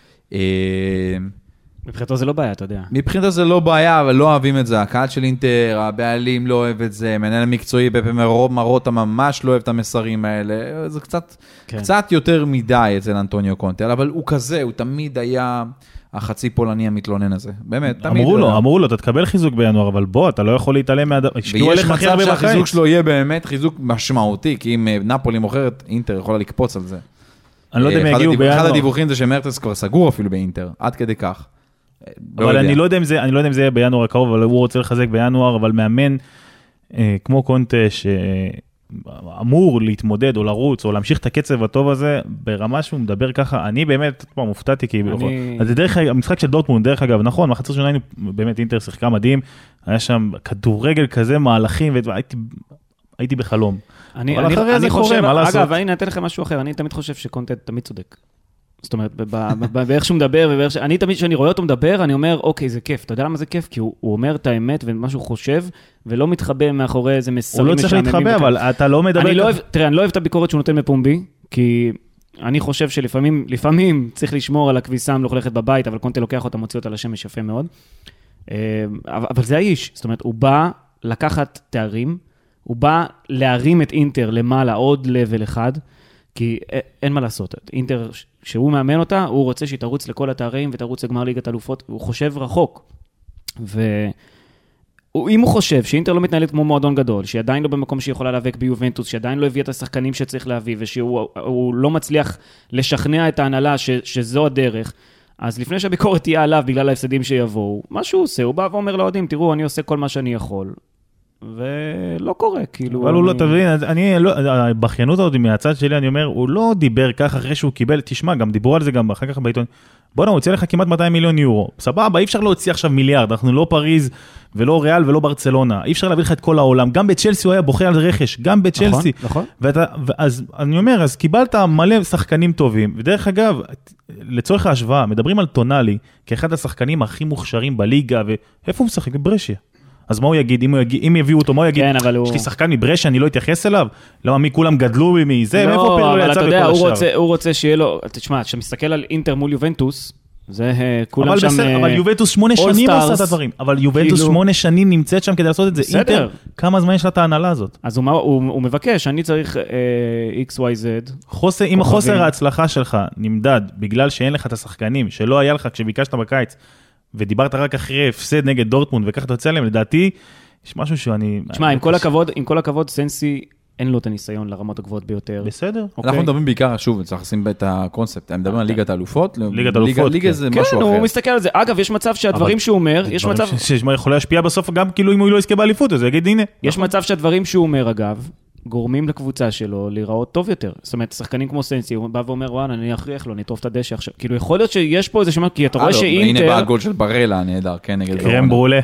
[SPEAKER 2] מבחינתו זה לא בעיה, אתה יודע.
[SPEAKER 3] מבחינתו זה לא בעיה, אבל לא אוהבים את זה. הקהל של אינטר, הבעלים לא אוהב את זה, מנהל המקצועי בפמרוב מרוטה ממש לא אוהב את המסרים האלה. זה קצת, כן. קצת יותר מדי אצל אנטוניו קונטה, אבל הוא כזה, הוא תמיד היה החצי פולני המתלונן הזה. באמת, תמיד.
[SPEAKER 1] אמרו לו, אמרו לו, אתה תקבל חיזוק בינואר, אבל בוא, אתה לא יכול להתעלם מהד...
[SPEAKER 3] ויש מצב שהחיזוק שלו יהיה באמת חיזוק משמעותי, כי אם נפולי מוכרת, אינטר יכולה לקפוץ על זה. אני לא יודע מי הגיעו בינואר. אחד הדיווחים זה שמרטס כבר סגור אפילו באינטר, עד כדי כך.
[SPEAKER 1] אבל אני לא יודע אם זה, אני לא יודע אם זה יהיה בינואר הקרוב, אבל הוא רוצה לחזק בינואר, אבל מאמן כמו קונטה שאמור להתמודד או לרוץ או להמשיך את הקצב הטוב הזה, ברמה שהוא מדבר ככה, אני באמת פעם מופתעתי, כי זה דרך המשחק של דורטמונד, דרך אגב, נכון, מחצית ראשונה היינו באמת אינטר שיחקה מדהים, היה שם כדורגל כזה מהלכים, והייתי בחלום.
[SPEAKER 2] אני חושב, אגב, אני אתן לכם משהו אחר, אני תמיד חושב שקונטה תמיד צודק. זאת אומרת, באיך שהוא מדבר, אני תמיד כשאני רואה אותו מדבר, אני אומר, אוקיי, זה כיף. אתה יודע למה זה כיף? כי הוא אומר את האמת ומה שהוא חושב, ולא מתחבא מאחורי איזה מסרים.
[SPEAKER 1] הוא לא צריך להתחבא, אבל אתה לא מדבר...
[SPEAKER 2] תראה, אני לא אוהב את הביקורת שהוא נותן בפומבי, כי אני חושב שלפעמים, לפעמים צריך לשמור על הכביסה המלוכלכת בבית, אבל קונטה לוקח אותה, מוציא אותה לשמש יפה מאוד. אבל זה האיש. זאת אומרת, הוא בא לקחת תארים, הוא בא להרים את אינטר למעלה עוד לבל אחד, כי אין מה לעשות. אינטר, כשהוא מאמן אותה, הוא רוצה שהיא תרוץ לכל התארים ותרוץ לגמר ליגת אלופות, והוא חושב רחוק. ואם הוא חושב שאינטר לא מתנהלת כמו מועדון גדול, שהיא עדיין לא במקום שהיא יכולה להיאבק ביובנטוס, שעדיין לא הביא את השחקנים שצריך להביא, ושהוא לא מצליח לשכנע את ההנהלה ש, שזו הדרך, אז לפני שהביקורת תהיה עליו בגלל ההפסדים שיבואו, מה שהוא עושה, הוא בא ואומר לאוהדים, תראו, אני עושה כל מה שאני יכול. ולא קורה, כאילו...
[SPEAKER 1] אבל הוא לא תבין, אני, הבחיינות הזאת מהצד שלי, אני אומר, הוא לא דיבר כך אחרי שהוא קיבל, תשמע, גם דיברו על זה גם אחר כך בעיתון, בוא נע, הוציא לך כמעט מאתיים מיליון יורו, סבבה, אי אפשר להוציא עכשיו מיליארד, אנחנו לא פריז, ולא ריאל, ולא ברצלונה, אי אפשר להביא לך את כל העולם, גם בצ'לסי הוא היה בוחר על רכש, גם בצ'לסי,
[SPEAKER 2] נכון,
[SPEAKER 1] אז אני אומר, אז קיבלת מלא שחקנים טובים, ודרך אגב, לצורך ההשוואה, מדברים על טונאלי, כאחד השחקנים הכי מוכשרים בליגה, ואיפה הוא משחק? בברשיה. אז מה הוא יגיד? אם, הוא יגיד, אם יביאו אותו, מה הוא יגיד? כן, אבל הוא... יש לי שחקן מברשיה, אני לא אתייחס אליו? למה, מי כולם גדלו ממי? זה, מאיפה
[SPEAKER 2] לא,
[SPEAKER 1] פירלו יצא בכל השאר?
[SPEAKER 2] הוא רוצה, הוא רוצה שיהיה לו... תשמע, כשמסתכל על אינטר מול יובנטוס, זה כולם
[SPEAKER 1] אבל
[SPEAKER 2] שם...
[SPEAKER 1] בסדר, אבל יובנטוס שמונה שנים עושה את הדברים. אבל יובנטוס כאילו... שמונה שנים נמצאת שם כדי לעשות את זה. בסדר. אינטר, כמה זמן יש לה את ההנהלה הזאת?
[SPEAKER 2] אז הוא, הוא, הוא מבקש, אני צריך אקס וואי זד.
[SPEAKER 1] חוסר, אם חוסר ההצלחה שלך נמדד, בגלל שאין לך את השחקנים, שלא היה לך כשביקשת בקיץ, ודיברת רק אחרי הפסד נגד דורטמונד, וכך אתה יוצא להם, לדעתי, יש משהו שאני...
[SPEAKER 2] תשמע, עם כל הכבוד, עם כל הכבוד, סנסי אין לו את הניסיון לרמות הגבוהות ביותר.
[SPEAKER 1] בסדר.
[SPEAKER 3] אנחנו מדברים בעיקר, שוב, צריך לשים את הקונספט, הם מדברים על ליגת האלופות.
[SPEAKER 1] ליגת האלופות.
[SPEAKER 3] ליגה זה משהו אחר.
[SPEAKER 2] כן, הוא מסתכל על זה. אגב, יש מצב שהדברים שהוא אומר, יש מצב...
[SPEAKER 1] שיכול להשפיע בסוף, גם כאילו אם הוא לא יזכה באליפות, אז הוא יגיד, הנה.
[SPEAKER 2] יש מצב שהדברים שהוא אומר, אגב, גורמים לקבוצה שלו להיראות טוב יותר. זאת אומרת, שחקנים כמו סנסי, הוא בא ואומר, וואלה, אני אכריח לו, אני אטרוף את הדשא עכשיו. כאילו, יכול להיות שיש פה איזה שמה, כי אתה רואה שאינטר...
[SPEAKER 3] הנה בא הגול של ברלה, נהדר, כן, נגד
[SPEAKER 1] קרם ברולה.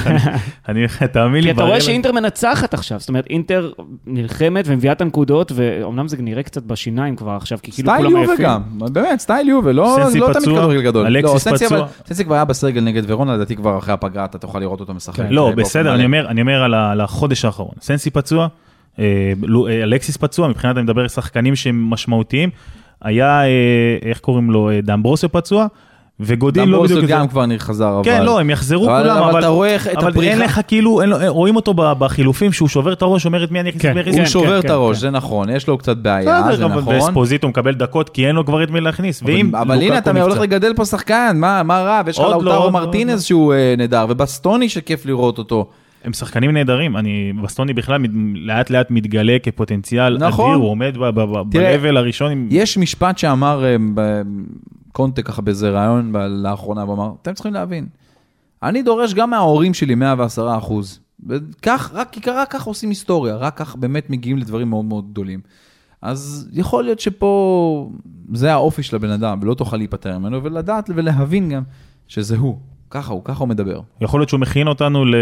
[SPEAKER 1] אני תאמין לי,
[SPEAKER 2] כי אתה רואה שאינטר מנצחת עכשיו, זאת אומרת, אינטר נלחמת ומביאה את הנקודות, ואומנם זה נראה קצת בשיניים כבר עכשיו, כי כאילו כולם
[SPEAKER 3] עייפים. סטייל יובה גם, באמת, סטייל יובה, לא תמיד כדורגל גדול.
[SPEAKER 1] אלקסיס פצוע.
[SPEAKER 3] סנסי כבר היה בסגל נגד ורונה, לדעתי כבר אחרי הפגרה, אתה תוכל לראות אותו משחק.
[SPEAKER 1] לא, בסדר, אני אומר על החודש האחרון. סנסי פצוע, אלקסיס פצוע, מבחינת אני מדבר על שחקנים שהם משמעותיים, היה, איך קוראים לו, דמברוסו פצוע, וגודין לא בדיוק...
[SPEAKER 3] דמברוסו גם כבר חזר, אבל...
[SPEAKER 1] כן, לא, הם יחזרו כולם, אבל... אבל אין לך כאילו, רואים אותו בחילופים, שהוא שובר את הראש, אומר את מי אני אכניס
[SPEAKER 3] הוא שובר את הראש, זה נכון, יש לו קצת בעיה, זה נכון.
[SPEAKER 1] בספוזיט הוא מקבל דקות, כי אין לו כבר את מי להכניס.
[SPEAKER 3] אבל הנה, אתה הולך לגדל פה שחקן, מה רב? יש לך לאוטרו מרטינז שהוא נהדר, ובסטוני שכיף לראות אותו.
[SPEAKER 1] הם שחקנים נהדרים, אני, בסטוני בכלל לאט לאט מתגלה כפוטנציאל אדיר, הוא עומד ב-level הראשון.
[SPEAKER 3] יש משפט שאמר קונטה ככה באיזה רעיון לאחרונה, ואמר, אתם צריכים להבין, אני דורש גם מההורים שלי מאה ועשרה אחוז, וכך, רק, רק כך עושים היסטוריה, רק כך באמת מגיעים לדברים מאוד מאוד גדולים. אז יכול להיות שפה זה האופי של הבן אדם, ולא תוכל להיפטר ממנו, ולדעת ולהבין גם שזה הוא. ככה הוא, ככה הוא מדבר.
[SPEAKER 1] יכול להיות שהוא מכין אותנו ל...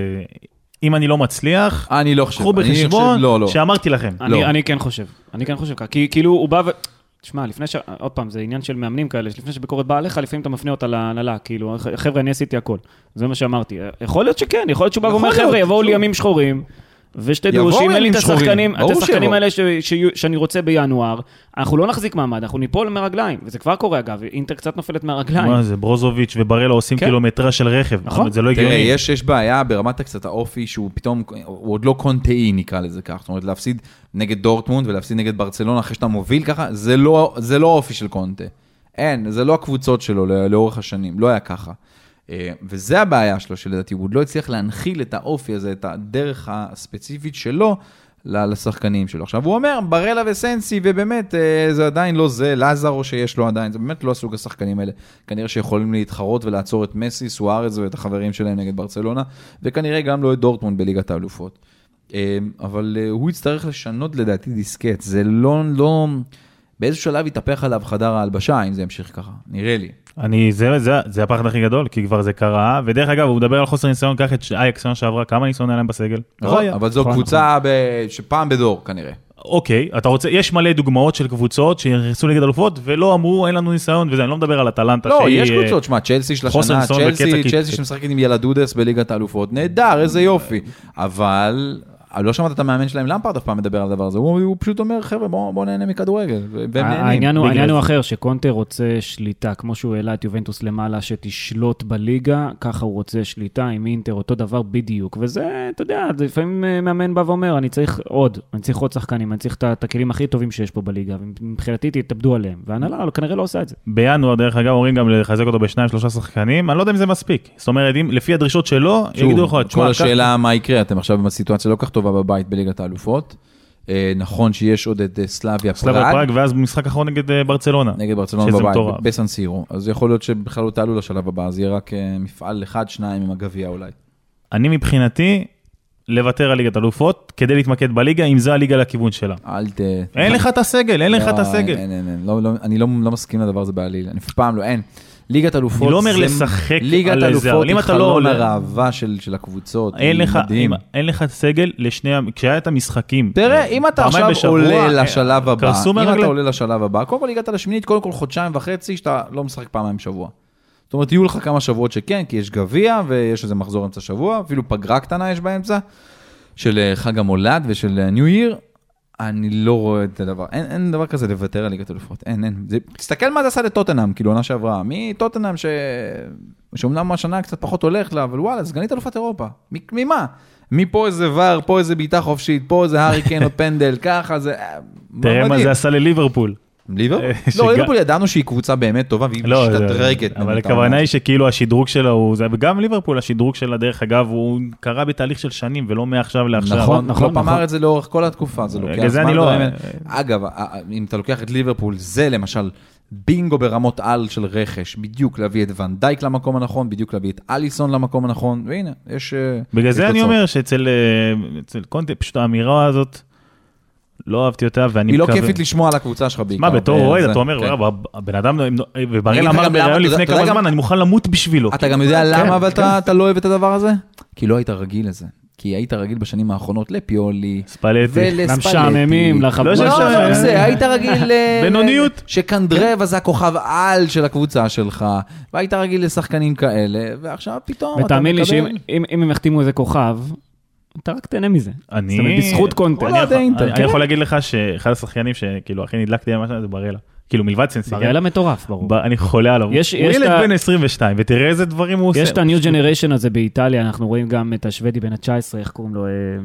[SPEAKER 1] אם אני לא מצליח,
[SPEAKER 3] אני לא חושב.
[SPEAKER 1] קחו בחשבון
[SPEAKER 3] לא, לא.
[SPEAKER 1] שאמרתי לכם.
[SPEAKER 2] אני, אני כן חושב, אני כן חושב, כי כאילו הוא בא ו... תשמע, לפני ש... עוד פעם, זה עניין של מאמנים כאלה, לפני שביקורת באה עליך, לפעמים אתה מפנה אותה להנהלה, כאילו, חבר'ה, אני עשיתי הכל. זה מה שאמרתי. יכול להיות שכן, יכול להיות שהוא בא ואומר, חבר'ה, יבואו לי ימים שחורים, ושתדעו שאם אין לי את השחקנים, את השחקנים האלה ש... ש... שאני רוצה בינואר, אנחנו לא נחזיק מעמד, אנחנו ניפול מרגליים, וזה כבר קורה אגב, אינטר קצת נופלת מהרגליים.
[SPEAKER 1] מה זה, ברוזוביץ' וברלה עושים קילומטרה של רכב,
[SPEAKER 2] נכון.
[SPEAKER 1] זה לא הגיוני.
[SPEAKER 3] תראה, יש, יש בעיה ברמת קצת האופי, שהוא פתאום, הוא עוד לא קונטאי נקרא לזה כך, זאת אומרת, להפסיד נגד דורטמונד ולהפסיד נגד ברצלונה אחרי שאתה מוביל ככה, זה לא, זה לא אופי של קונטה. אין, זה לא הקבוצות שלו לאורך השנים, לא היה ככה. וזה הבעיה שלו, שלדעתי, הוא לא הצליח להנחיל את האופי הזה, את הדרך הספציפית שלו, לשחקנים שלו. עכשיו, הוא אומר, ברלה וסנסי, ובאמת, זה עדיין לא זה, לזרו שיש לו עדיין, זה באמת לא הסוג השחקנים האלה. כנראה שיכולים להתחרות ולעצור את מסי, סוארז ואת החברים שלהם נגד ברצלונה, וכנראה גם לא את דורטמונד בליגת האלופות. אבל הוא יצטרך לשנות לדעתי דיסקט, זה לא, לא, באיזשהו שלב יתהפך עליו חדר ההלבשה, אם זה ימשיך ככה, נראה לי.
[SPEAKER 1] אני, זה, זה, זה הפחד הכי גדול, כי כבר זה קרה, ודרך אגב, הוא מדבר על חוסר ניסיון, קח את אייקס שנה שעברה, כמה ניסיון היה להם בסגל?
[SPEAKER 3] נכון, אבל זו קבוצה שפעם בדור, כנראה.
[SPEAKER 1] אוקיי, אתה רוצה, יש מלא דוגמאות של קבוצות שנכנסו ליגת אלופות, ולא אמרו, אין לנו ניסיון, וזה, אני לא מדבר על אטלנטה.
[SPEAKER 3] לא, יש קבוצות, שמה, צ'לסי של השנה, צ'לסי, צ'לסי שמשחקת עם ילדודס בליגת האלופות, נהדר, איזה יופי. אבל לא שמעת את המאמן שלהם, למפרד אף פעם מדבר על הדבר הזה, הוא, הוא פשוט אומר, חבר'ה, בוא, בוא נהנה מכדורגל,
[SPEAKER 2] העניין הוא, העניין הוא אחר, שקונטה רוצה שליטה, כמו שהוא העלה את יובנטוס למעלה, שתשלוט בליגה, ככה הוא רוצה שליטה עם אינטר, אותו דבר בדיוק, וזה, אתה יודע, לפעמים מאמן בא ואומר, אני צריך עוד, אני צריך עוד שחקנים, אני צריך את הכלים הכי טובים שיש פה בליגה, ומבחינתי תתאבדו עליהם, והנהלה כנראה לא עושה את זה.
[SPEAKER 1] בינואר, דרך אגב, אומרים גם לחזק אותו בשניים, שלושה שחקנים, אני לא יודע אם זה מספיק. זאת אומרת, אם לפי הדרישות שלו, יגידו לך,
[SPEAKER 3] כל השאלה מה יקרה, אתם עכשיו בסיטואציה לא כך טובה בבית בליגת האלופות. נכון שיש עוד את סלאביה פראג.
[SPEAKER 1] סלאביה פראג, ואז במשחק אחרון נגד ברצלונה.
[SPEAKER 3] נגד ברצלונה בבית, בסן סירו. אז יכול להיות שבכלל לא תעלו לשלב הבא, אז יהיה רק מפעל אחד, שניים עם הגביע אולי. אני
[SPEAKER 1] מבחינתי, לוותר על ליגת האלופות, כדי להתמקד בליגה, אם זה הליגה לכיוון שלה.
[SPEAKER 3] אל ת...
[SPEAKER 1] אין לך את הסגל, אין לך את הסגל.
[SPEAKER 3] אין, אין, אין. אני לא מסכים לדבר הזה בעליל. אני אף פעם לא, אין. ליגת אלופות,
[SPEAKER 1] אני לא אומר לשחק
[SPEAKER 3] ליגת אלופות היא חלום הרעבה של, של הקבוצות.
[SPEAKER 1] אין לך, אם, אין לך סגל לשני, כשהיה את המשחקים.
[SPEAKER 3] תראה, אם אתה עכשיו בשבוע, עולה לשלב הבא, אם אתה עולה לשלב הבא, קודם כל הגעת לשמינית, קודם כל חודשיים וחצי, שאתה לא משחק פעמיים בשבוע. זאת אומרת, יהיו לך כמה שבועות שכן, כי יש גביע, ויש איזה מחזור אמצע שבוע, אפילו פגרה קטנה יש באמצע, של חג המולד ושל ניו ייר, אני לא רואה את הדבר, אין, אין דבר כזה לוותר על ליגת אלופות, אין, אין. זה, תסתכל מה זה עשה לטוטנהאם, כאילו עונה שעברה, מטוטנהאם ש... שאומנם השנה קצת פחות הולך לה, אבל וואלה, סגנית אלופת אירופה, ממה? מפה איזה ור, פה איזה ביטה חופשית, פה איזה הריקן או פנדל, ככה זה...
[SPEAKER 1] תראה מה זה עשה לליברפול.
[SPEAKER 3] ליברפול? לא, ליברפול ידענו שהיא קבוצה באמת טובה, והיא משתדרגת.
[SPEAKER 1] אבל הכוונה היא שכאילו השדרוג שלה הוא, וגם ליברפול, השדרוג שלה דרך אגב, הוא קרה בתהליך של שנים, ולא מעכשיו לעכשיו.
[SPEAKER 3] נכון, נכון. לא פעם זה לאורך כל התקופה, זה לוקח זמן דברים. אגב, אם אתה לוקח את ליברפול, זה למשל בינגו ברמות על של רכש, בדיוק להביא את ון דייק למקום הנכון, בדיוק להביא את אליסון למקום הנכון, והנה, יש...
[SPEAKER 1] בגלל זה אני אומר שאצל קונטה, פשוט האמירה הזאת, לא אהבתי אותה, ואני
[SPEAKER 3] היא לא כיפית לשמוע על הקבוצה שלך בעיקר.
[SPEAKER 1] מה, בתור אוהד, אתה אומר, הבן אדם, ובראל אמר בראיון לפני כמה זמן, אני מוכן למות בשבילו.
[SPEAKER 3] אתה גם יודע למה, אבל אתה לא אוהב את הדבר הזה? כי לא היית רגיל לזה. כי היית רגיל בשנים האחרונות לפיולי,
[SPEAKER 1] ספלטי,
[SPEAKER 2] למשעממים, לחברות.
[SPEAKER 3] לא, לא, זה, היית רגיל
[SPEAKER 1] בינוניות.
[SPEAKER 3] שקנדרב הזה הכוכב על של הקבוצה שלך, והיית רגיל לשחקנים כאלה, ועכשיו פתאום
[SPEAKER 2] ותאמין לי שאם הם יחתימו איזה כוכב, אתה רק תהנה מזה.
[SPEAKER 1] אני...
[SPEAKER 2] בזכות קונטה.
[SPEAKER 1] אני יכול להגיד לך שאחד השחקנים שכאילו הכי נדלקתי על משהו, זה ברלה. כאילו מלבד סנסי.
[SPEAKER 2] ברלה מטורף, ברור.
[SPEAKER 1] אני חולה עליו. הוא ילד בן עשרים ושתיים, ותראה איזה דברים הוא עושה.
[SPEAKER 2] יש את ה-New Generation הזה באיטליה, אנחנו רואים גם את השוודי בן ה-תשע עשרה, איך קוראים לו?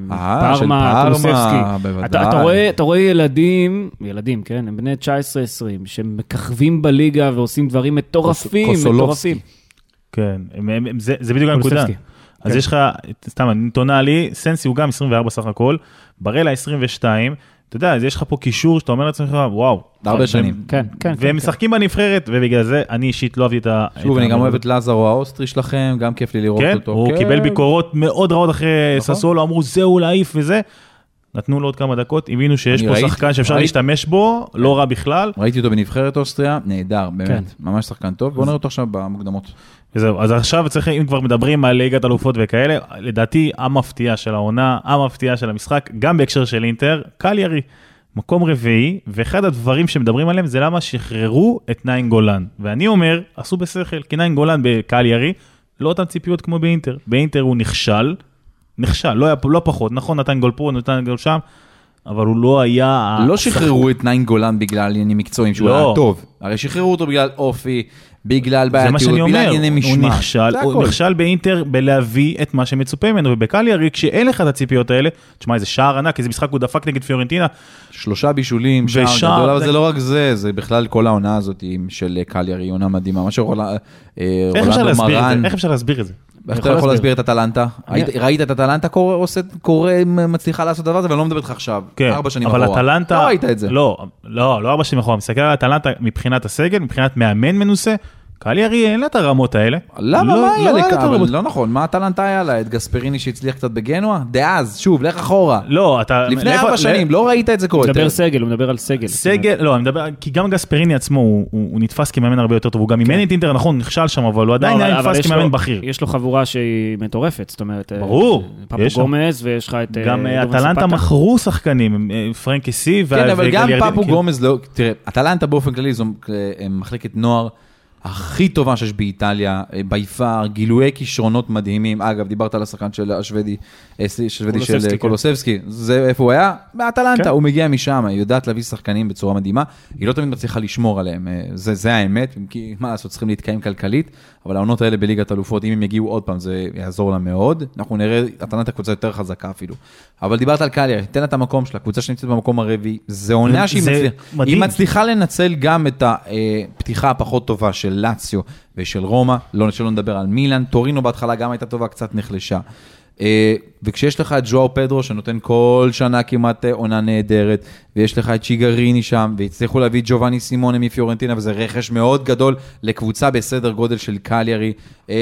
[SPEAKER 2] פארמה, טרוסבסקי. אתה רואה ילדים, ילדים, כן, הם בני תשע עשרה עשרים, שמככבים בליגה ועושים דברים מטורפים, מטורפים.
[SPEAKER 1] כן, זה בדיוק הנקודה. אז יש לך, סתם, נתונה לי, סנסי הוא גם עשרים וארבע סך הכל, ברלה עשרים ושתיים, אתה יודע, אז יש לך פה קישור שאתה אומר לעצמך, וואו.
[SPEAKER 3] הרבה שנים.
[SPEAKER 2] כן, כן.
[SPEAKER 1] והם משחקים בנבחרת, ובגלל זה אני אישית לא אהבתי את ה...
[SPEAKER 3] שוב, אני גם אוהב את לזרו האוסטרי שלכם, גם כיף לי לראות אותו.
[SPEAKER 1] כן, הוא קיבל ביקורות מאוד רעות אחרי ססולו, אמרו זהו להעיף וזה. נתנו לו עוד כמה דקות, הבינו שיש פה
[SPEAKER 3] ראיתי,
[SPEAKER 1] שחקן שאפשר
[SPEAKER 3] ראיתי,
[SPEAKER 1] להשתמש בו, לא רע בכלל.
[SPEAKER 3] ראיתי אותו בנבחרת אוסטריה, נהדר, באמת,
[SPEAKER 2] כן.
[SPEAKER 3] ממש שחקן טוב, בוא נראה אותו עכשיו במוקדמות.
[SPEAKER 1] וזהו, אז עכשיו צריך, אם כבר מדברים על ליגת אלופות וכאלה, לדעתי המפתיע של העונה, המפתיע של המשחק, גם בהקשר של אינטר, קליארי, מקום רביעי, ואחד הדברים שמדברים עליהם זה למה שחררו את ניין גולן. ואני אומר, עשו בשכל, כי ניין גולן בקליארי, לא אותן ציפיות כמו באינטר. באינטר הוא נכשל, נכשל, לא, היה, לא פחות, נכון, נתן גול פה, נתן גול שם, אבל הוא לא היה...
[SPEAKER 3] לא שחררו את ניין גולן בגלל עניינים מקצועיים שהוא היה טוב, הרי שחררו אותו בגלל אופי, בגלל בעייתיות, בגלל ענייני משמע.
[SPEAKER 1] הוא נכשל, הוא נכשל באינטר בלהביא את מה שמצופה ממנו, ובקליארי כשאין לך את הציפיות האלה, תשמע, איזה שער ענק, איזה משחק הוא דפק נגד פיורנטינה.
[SPEAKER 3] שלושה בישולים, שער גדול, אבל זה לא רק זה, זה בכלל כל העונה הזאת של קליארי, עונה מדהימה, מה שרולנדו מרן.
[SPEAKER 1] איך אפשר להסביר את זה?
[SPEAKER 3] איך אתה יכול להסביר את הטלנטה? ראית את הטלנטה קורא, מצליחה לעשות דבר הזה, ואני לא מדבר איתך עכשיו, ארבע שנים אחורה.
[SPEAKER 1] אבל הטלנטה...
[SPEAKER 3] לא ראית את זה.
[SPEAKER 1] לא, לא, לא ארבע שנים אחורה. מסתכל על הטלנטה מבחינת הסגל, מבחינת מאמן מנוסה, קליארי אין לה את הרמות האלה.
[SPEAKER 3] למה? מה היה לך? אבל לא נכון, מה הטלנטה היה לה? את גספריני שהצליח קצת בגנוע? דאז, שוב, לך אחורה.
[SPEAKER 1] לא, אתה...
[SPEAKER 3] לפני ארבע שנים, לא ראית את זה קורה.
[SPEAKER 2] הוא מדבר סגל, הוא מדבר על סגל.
[SPEAKER 1] סגל, לא, אני מדבר, כי גם גספריני עצמו, הוא נתפס כמאמן הרבה יותר טוב, הוא גם אימן את אינטר, נכון, נכשל שם, אבל הוא עדיין היה נתפס כמאמן בכיר.
[SPEAKER 2] יש לו חבורה שהיא מטורפת, זאת אומרת...
[SPEAKER 1] ברור.
[SPEAKER 2] פפו גומז, ויש לך את...
[SPEAKER 1] גם הטלנטה מכרו שחקנים, פרנקי סי,
[SPEAKER 3] כן, אבל גם פפו גומז, תראה, הטלנטה באופן כללי זו מחלקת נוער הכי טובה שיש באיטליה, ביפר, גילויי כישרונות מדהימים. אגב, דיברת על השחקן של השוודי, שוודי של קולוסבסקי. זה איפה הוא היה? באטלנטה, הוא מגיע משם, היא יודעת להביא שחקנים בצורה מדהימה, היא לא תמיד מצליחה לשמור עליהם. זה, זה האמת, כי מה לעשות, צריכים להתקיים כלכלית, אבל העונות האלה בליגת אלופות, אם הם יגיעו עוד פעם, זה יעזור לה מאוד. אנחנו נראה, אטלנטה קבוצה יותר חזקה אפילו. אבל דיברת על קליארי, תן לה את המקום שלה, קבוצה שנמצאת במקום הרביעי. זה עונה שהיא מצליחה, היא מצליחה לנצל גם את הפתיחה הפחות טובה של לאציו ושל רומא, לא שלא נדבר על מילאן, טורינו בהתחלה גם הייתה טובה, קצת נחלשה. וכשיש לך את ז'ואו פדרו שנותן כל שנה כמעט עונה נהדרת, ויש לך את שיגריני שם, והצליחו להביא את ג'ובאני סימונה מפיורנטינה, וזה רכש מאוד גדול לקבוצה בסדר גודל של קליארי.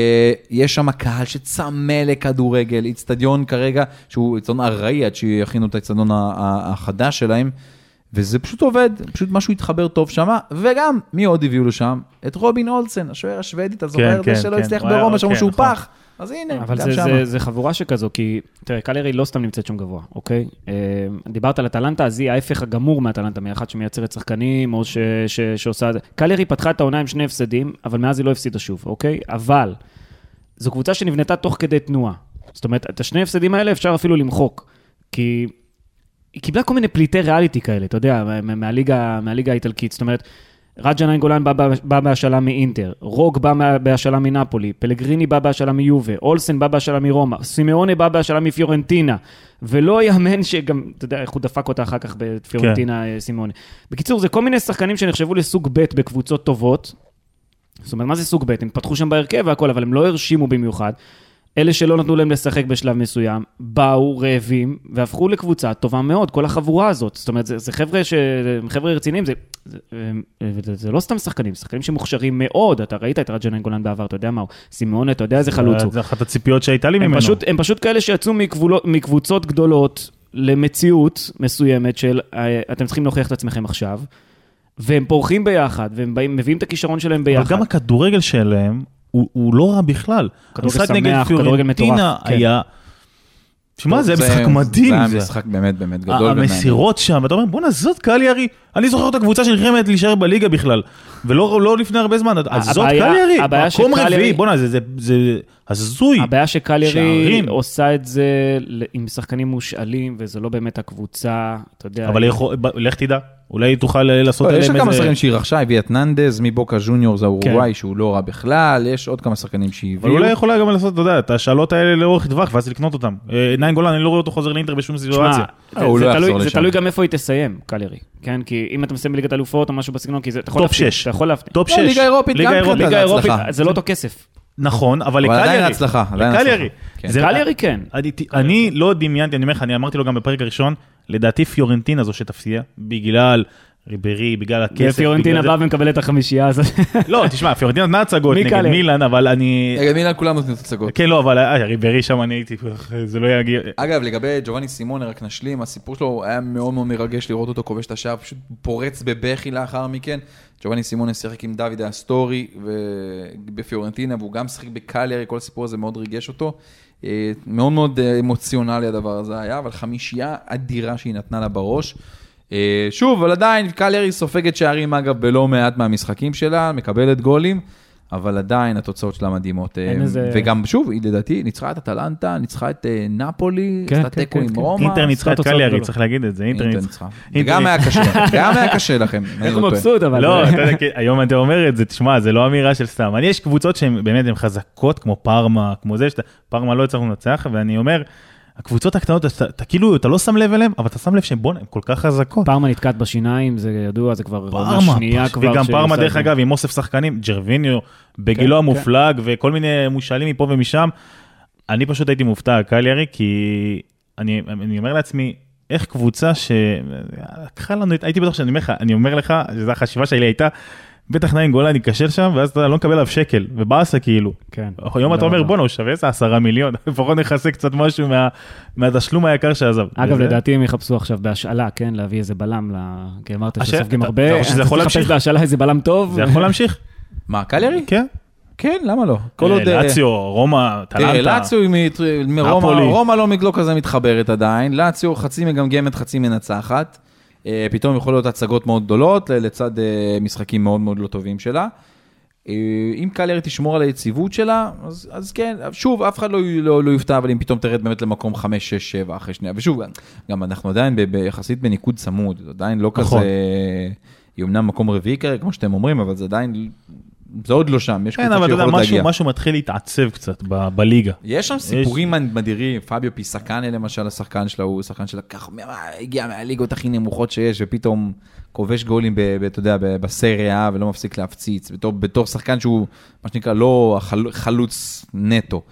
[SPEAKER 3] יש שם קהל שצמא לכדורגל, אצטדיון כרגע, שהוא אצטדיון ארעי, עד שיכינו את האצטדיון החדש שלהם, וזה פשוט עובד, פשוט משהו התחבר טוב שם, וגם, מי עוד הביאו לו שם? את רובין אולסן, השוער השוודי, אתה זוכר, זה שלא הצליח ברומא, שאומרו שהוא פח, אז הנה,
[SPEAKER 2] אבל זה, זה, זה חבורה שכזו, כי, תראה, קליארי לא סתם נמצאת שם גבוה, אוקיי? דיברת על הטלנטה, אז היא ההפך הגמור מהטלנטה, מאחד שמייצרת שחקנים, או ש, ש, שעושה... קליארי פתחה את העונה עם שני הפסדים, אבל מאז היא לא הפסידה שוב, אוקיי? אבל, זו קבוצה שנבנתה תוך כדי תנועה. זאת אומרת, את השני הפסדים האלה אפשר אפילו למחוק, כי היא קיבלה כל מיני פליטי ריאליטי כאלה, אתה יודע, מהליגה, מהליגה האיטלקית, זאת אומרת, רג'ה ניין גולן בא, בא בהשאלה מאינטר, רוג בא בהשאלה מנפולי, פלגריני בא בהשאלה מיובה, אולסן בא בהשאלה מרומא, סימאונה בא בהשאלה מפיורנטינה, ולא יאמן שגם, אתה יודע, איך הוא דפק אותה אחר כך בפיורנטינה כן. סימאונה. בקיצור, זה כל מיני שחקנים שנחשבו לסוג ב' בקבוצות טובות, זאת אומרת, מה זה סוג ב'? הם פתחו שם בהרכב והכל, אבל הם לא הרשימו במיוחד. אלה שלא נתנו להם לשחק בשלב מסוים, באו רעבים והפכו לקבוצה טובה מאוד, כל החבורה הזאת. זאת אומרת, זה, זה חבר'ה, ש... חבר'ה רציניים, זה, זה, זה, זה לא סתם שחקנים, שחקנים שמוכשרים מאוד. אתה ראית את רג'ה ניין גולן בעבר, אתה יודע מה הוא, סימאונה, אתה יודע איזה חלוץ הוא.
[SPEAKER 1] זה אחת הציפיות שהייתה לי
[SPEAKER 2] הם
[SPEAKER 1] ממנו.
[SPEAKER 2] פשוט, הם פשוט כאלה שיצאו מקבולות, מקבוצות גדולות למציאות מסוימת של אתם צריכים להוכיח את עצמכם עכשיו, והם פורחים ביחד, והם באים, מביאים את הכישרון שלהם ביחד.
[SPEAKER 1] אבל גם הכדורגל שלהם, הוא, הוא לא רע בכלל.
[SPEAKER 2] כדורגל שמח, כדורגל מטורף.
[SPEAKER 1] היה... תשמע, זה משחק מדהים.
[SPEAKER 3] זה היה משחק באמת באמת גדול.
[SPEAKER 1] המסירות שם, ואתה אומר, בוא נזאת קליארי. אני זוכר את הקבוצה שנלחמת להישאר בליגה בכלל, ולא לפני הרבה זמן. אז זאת קליארי, מקום רביעי, בוא נזאת, זה הזוי.
[SPEAKER 2] הבעיה שקליארי עושה את זה עם שחקנים מושאלים, וזה לא באמת הקבוצה, אתה יודע.
[SPEAKER 1] אבל לך תדע. אולי תוכל לעשות עליהם איזה...
[SPEAKER 3] יש כמה שחקנים שהיא רכשה, הביאה את ננדז, מבוקה ג'וניור, זה אורוגוואי, שהוא לא רע בכלל, יש עוד כמה שחקנים שהביאו.
[SPEAKER 1] אבל אולי יכולה גם לעשות, אתה יודע, את השאלות האלה לאורך טווח, ואז לקנות אותם. ניין גולן, אני לא רואה אותו חוזר לאינטר בשום סיטואציה.
[SPEAKER 2] זה תלוי גם איפה היא תסיים, קליארי. כן, כי אם אתה מסיים בליגת אלופות או משהו בסגנון, כי אתה יכול להפתיע. אתה יכול להפתיע.
[SPEAKER 1] טופ שש.
[SPEAKER 3] ליגה אירופית,
[SPEAKER 2] ליגה אירופית, זה לא אותו כסף.
[SPEAKER 1] נכון, אבל לקליארי. לקליארי כן. אני לא דמיינתי, אני אומר לך, אני אמרתי לו גם בפרק הראשון, לדעתי פיורנטינה זו שתפתיע, בגלל ריברי, בגלל הכסף.
[SPEAKER 2] ופיורנטינה בא ומקבל את החמישייה הזאת.
[SPEAKER 1] לא, תשמע, פיורנטינה נתנה הצגות נגד מילאן, אבל אני...
[SPEAKER 3] נגד מילאן כולם נותנים הצגות.
[SPEAKER 1] כן, לא, אבל ריברי שם אני הייתי, זה לא יגיע.
[SPEAKER 3] אגב, לגבי ג'ובאני סימון, רק נשלים, הסיפור שלו היה מאוד מאוד מרגש לראות אותו כובש את השער, פשוט פורץ בבכי לאחר מכן. ג'ובאני סימון שיחק עם דוד האסטורי בפיורנטינה, והוא גם שיחק בקליירי, כל הסיפור הזה מאוד ריגש אותו. מאוד מאוד אמוציונלי הדבר הזה היה, אבל חמישייה אדירה שהיא נתנה לה בראש. שוב, אבל עדיין קליירי סופגת שערים אגב בלא מעט מהמשחקים שלה, מקבלת גולים, אבל עדיין התוצאות שלה מדהימות. וגם שוב, היא לדעתי ניצחה את אטלנטה, ניצחה את נפולי, ניצחה תיקו עם רומא.
[SPEAKER 1] אינטר ניצחה את קליירי, צריך להגיד את זה.
[SPEAKER 3] אינטר ניצחה. גם היה קשה, גם היה קשה לכם.
[SPEAKER 2] איך הוא מבסוט, אבל...
[SPEAKER 1] לא, היום אתה אומר את זה, תשמע, זה לא אמירה של סתם. אני יש קבוצות שהן באמת הן חזקות, כמו פארמה, כמו זה, פארמה לא הצליחו לנצח, ואני אומר, הקבוצות הקטנות, אתה כאילו, אתה לא שם לב אליהם, אבל אתה שם לב שהן בוא, הן כל כך חזקות.
[SPEAKER 2] פארמה נתקעת בשיניים, זה ידוע, זה כבר רמה שנייה כבר.
[SPEAKER 1] וגם פארמה דרך אגב, עם אוסף שחקנים, ג'רוויניו, בגילו המופלג, וכל מיני מושאלים מפה ומשם. אני פשוט הייתי מופתע, קליירי, כי אני, אני אומר לעצמי, איך קבוצה ש... הייתי בטוח שאני אומר לך, אני אומר לך, שזו החשיבה שלי הייתה, בטח נעים גולה, אני קשל שם, ואז אתה לא מקבל עליו שקל, ובאסה כאילו.
[SPEAKER 2] כן.
[SPEAKER 1] היום אתה אומר, בוא נו, שווה איזה עשרה מיליון, לפחות נחסה קצת משהו מהתשלום היקר שעזב.
[SPEAKER 2] אגב, לדעתי הם יחפשו עכשיו בהשאלה, כן, להביא איזה בלם, כי אמרת שסופגים הרבה,
[SPEAKER 1] אתה חושב שזה יכול להמשיך?
[SPEAKER 2] בהשאלה איזה בלם טוב.
[SPEAKER 1] זה יכול להמשיך?
[SPEAKER 3] מה, קליירי?
[SPEAKER 1] כן.
[SPEAKER 3] כן, למה לא?
[SPEAKER 1] לאציו, רומא, טלנטה.
[SPEAKER 3] לאציו מרומא, רומא לא כזה מתחברת עדיין, לאציו חצי מגמגמת, חצי מנצחת. פתאום יכול להיות הצגות מאוד גדולות, לצד משחקים מאוד מאוד לא טובים שלה. אם קליירי תשמור על היציבות שלה, אז, אז כן, שוב, אף אחד לא, לא, לא יופתע, אבל אם פתאום תרד באמת למקום חמש, שש, שבע אחרי שנייה. ושוב, גם אנחנו עדיין ביחסית בניקוד צמוד, זה עדיין לא כזה, היא אמנם מקום רביעי כרגע, כמו שאתם אומרים, אבל זה עדיין... זה עוד לא שם, יש קבוצות שיכולות להגיע.
[SPEAKER 1] משהו מתחיל להתעצב קצת בליגה.
[SPEAKER 3] יש שם סיפורים מדהימים, פאביו פיסקאנה למשל, השחקן שלה, הוא שחקן שלה, כך הגיע מהליגות הכי נמוכות שיש, ופתאום כובש גולים, אתה יודע, בסריה, ולא מפסיק להפציץ, בתור שחקן שהוא, מה שנקרא, לא חלוץ נטו.